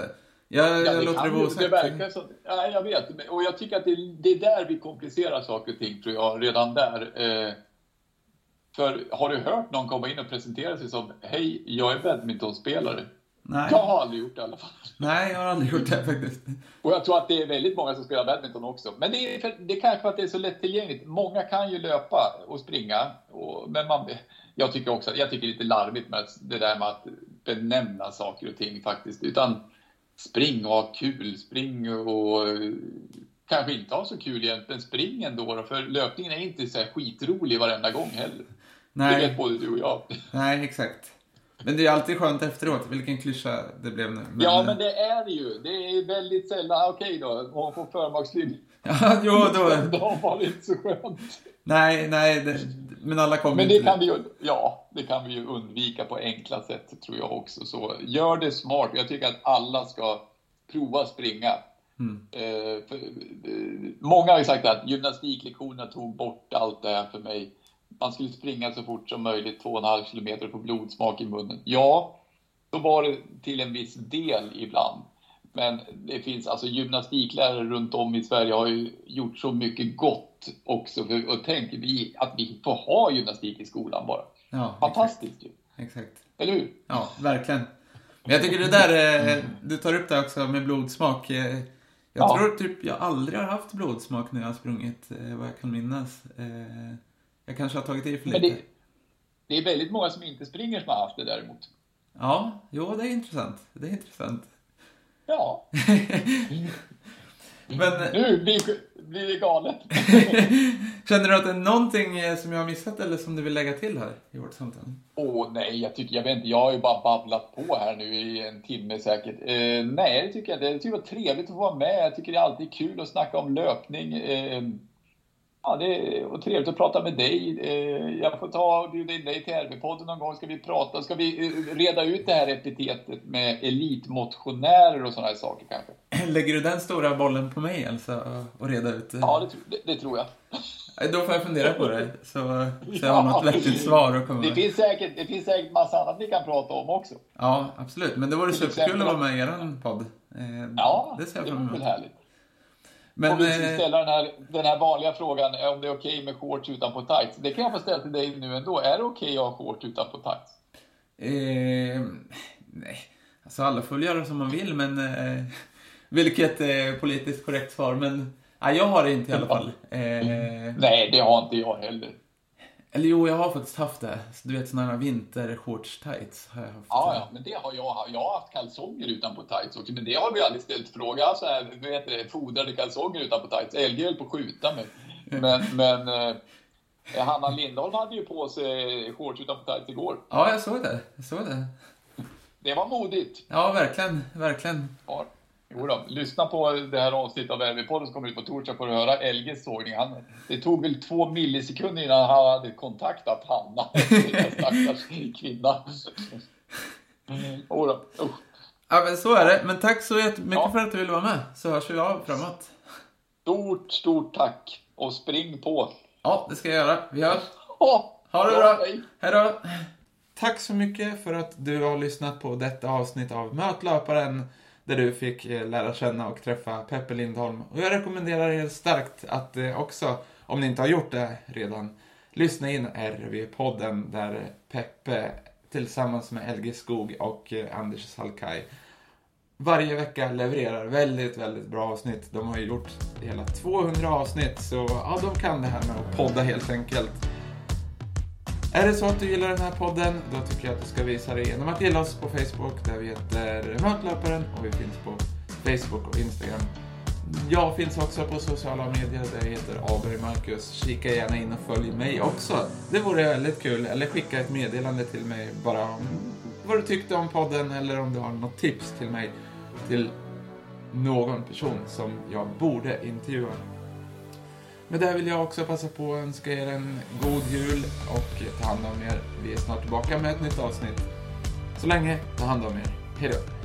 Jag, ja, jag det, låter kan det ju, vara det verkar så. Ja, jag vet. Och jag tycker att det, det är där vi komplicerar saker och ting, tror jag, redan där. Eh, för har du hört någon komma in och presentera sig som hej, jag är badmintonspelare? Nej. Jag har aldrig gjort det i alla fall. Nej, jag har aldrig gjort det faktiskt. Och jag tror att det är väldigt många som spelar badminton också. Men det är, för, det är kanske för att det är så lättillgängligt. Många kan ju löpa och springa. Och, men man, jag tycker också jag tycker det är lite larvigt med det där med att benämna saker och ting faktiskt. Utan spring och ha kul. Spring och kanske inte ha så kul egentligen. Spring ändå. För löpningen är inte så här skitrolig varenda gång heller. Nej. Det vet både du och jag. Nej, exakt. Men det är alltid skönt efteråt, vilken klyscha det blev nu. Men, ja, men det är det ju. Det är väldigt sällan. Okej då, hon får förmakslydd. Ja, jo då. Då var det inte så skönt. Nej, nej, det, men alla kommer Men det inte kan vi ju, ja, det kan vi ju undvika på enkla sätt, tror jag också. Så gör det smart. Jag tycker att alla ska prova springa. Mm. Eh, för, eh, många har ju sagt att gymnastiklektionerna tog bort allt det här för mig. Man skulle springa så fort som möjligt, två och en halv kilometer, på blodsmak i munnen. Ja, då var det till en viss del ibland. Men det finns alltså gymnastiklärare runt om i Sverige har ju gjort så mycket gott också. För, och tänk vi, att vi får ha gymnastik i skolan bara. Ja, fantastiskt ju. Exakt. Eller hur? Ja, verkligen. Men jag tycker det där, du tar upp det också med blodsmak. Jag ja. tror typ jag aldrig har haft blodsmak när jag har sprungit, vad jag kan minnas. Jag kanske har tagit i för lite. Men det, det är väldigt många som inte springer som har haft det däremot. Ja, jo, det är intressant. Det är intressant. Ja. Men, nu blir, blir det galet. Känner du att det är någonting som jag har missat eller som du vill lägga till här i vårt samtal? Åh nej, jag tycker, jag vet inte, jag har ju bara babblat på här nu i en timme säkert. Eh, nej, det tycker jag, det tycker jag var trevligt att få vara med. Jag tycker det är alltid kul att snacka om löpning. Eh, Ja, det är trevligt att prata med dig. Jag får ta och bjuda in dig till R B-podden någon gång. Ska vi prata, ska vi reda ut det här epitetet med elitmotionärer och sådana här saker kanske? Lägger du den stora bollen på mig alltså och reda ut det? Ja, det, det, det tror jag. Då får jag fundera på det så, så jag har något vettigt svar att komma med. Det finns säkert, det finns säkert massa annat vi kan prata om också. Ja, absolut. Men det vore superkul att vara med i er podd. Ja, det ser jag det fram emot. Väl härligt. Men, och vi ska ställa den här, den här vanliga frågan om det är okej okay med shorts utanpå tights. Det kan jag få ställa till dig nu ändå. Är det okej okay att ha shorts utanpå tights? Eh, nej, alltså alla får göra som man vill, men eh, vilket är politiskt korrekt svar. Men nej, jag har det inte i alla fall. Eh, nej, det har inte jag heller. Eller jo, jag har faktiskt haft det. Du vet, sådana här vinter-shorts-tights har jag haft. Ja, ja, men det har jag. Jag har haft kalsonger utanpå tights också. Men det har vi aldrig ställt fråga. Alltså, du vet det, fodrade kalsonger utanpå tights. L G höll på att skjuta mig. Men, men eh, Hanna Lindholm hade ju på sig shorts utanpå tights igår. Ja, jag såg det. Jag såg det. Det var modigt. Ja, verkligen. Verkligen. Ja. Jo då, lyssna på det här avsnittet av R B-podden som kommer ut på torsdag för att höra L Gs sågning. Han, det tog väl två millisekunder innan han hade kontaktat Hanna. Den stackars kvinna. Jo då, usch. Ja, men så är det. Men tack så jättemycket ja. för att du ville vara med. Så hörs vi av framåt. Stort, stort tack. Och spring på. Ja, det ska jag göra. Vi hörs. Oh, ha det bra. Hej. Hej då. Tack så mycket för att du har lyssnat på detta avsnitt av Möt löparen, där du fick lära känna och träffa Peppe Lindholm. Och jag rekommenderar er starkt att också, om ni inte har gjort det redan, lyssna in R V-podden där Peppe tillsammans med L G Skog och Anders Salkai varje vecka levererar väldigt, väldigt bra avsnitt. De har ju gjort hela tvåhundra avsnitt, så ja, de kan det här med att podda helt enkelt. Är det så att du gillar den här podden, då tycker jag att du ska visa det genom att gilla oss på Facebook, där vi heter Mötlöparen, och vi finns på Facebook och Instagram. Jag finns också på sociala medier där jag heter Aber Marcus. Kika gärna in och följ mig också. Det vore väldigt kul. Eller skicka ett meddelande till mig bara om vad du tyckte om podden, eller om du har något tips till mig till någon person som jag borde intervjua. Men där vill jag också passa på att önska er en god jul och ta hand om er. Vi är snart tillbaka med ett nytt avsnitt. Så länge, ta hand om er. Hej då!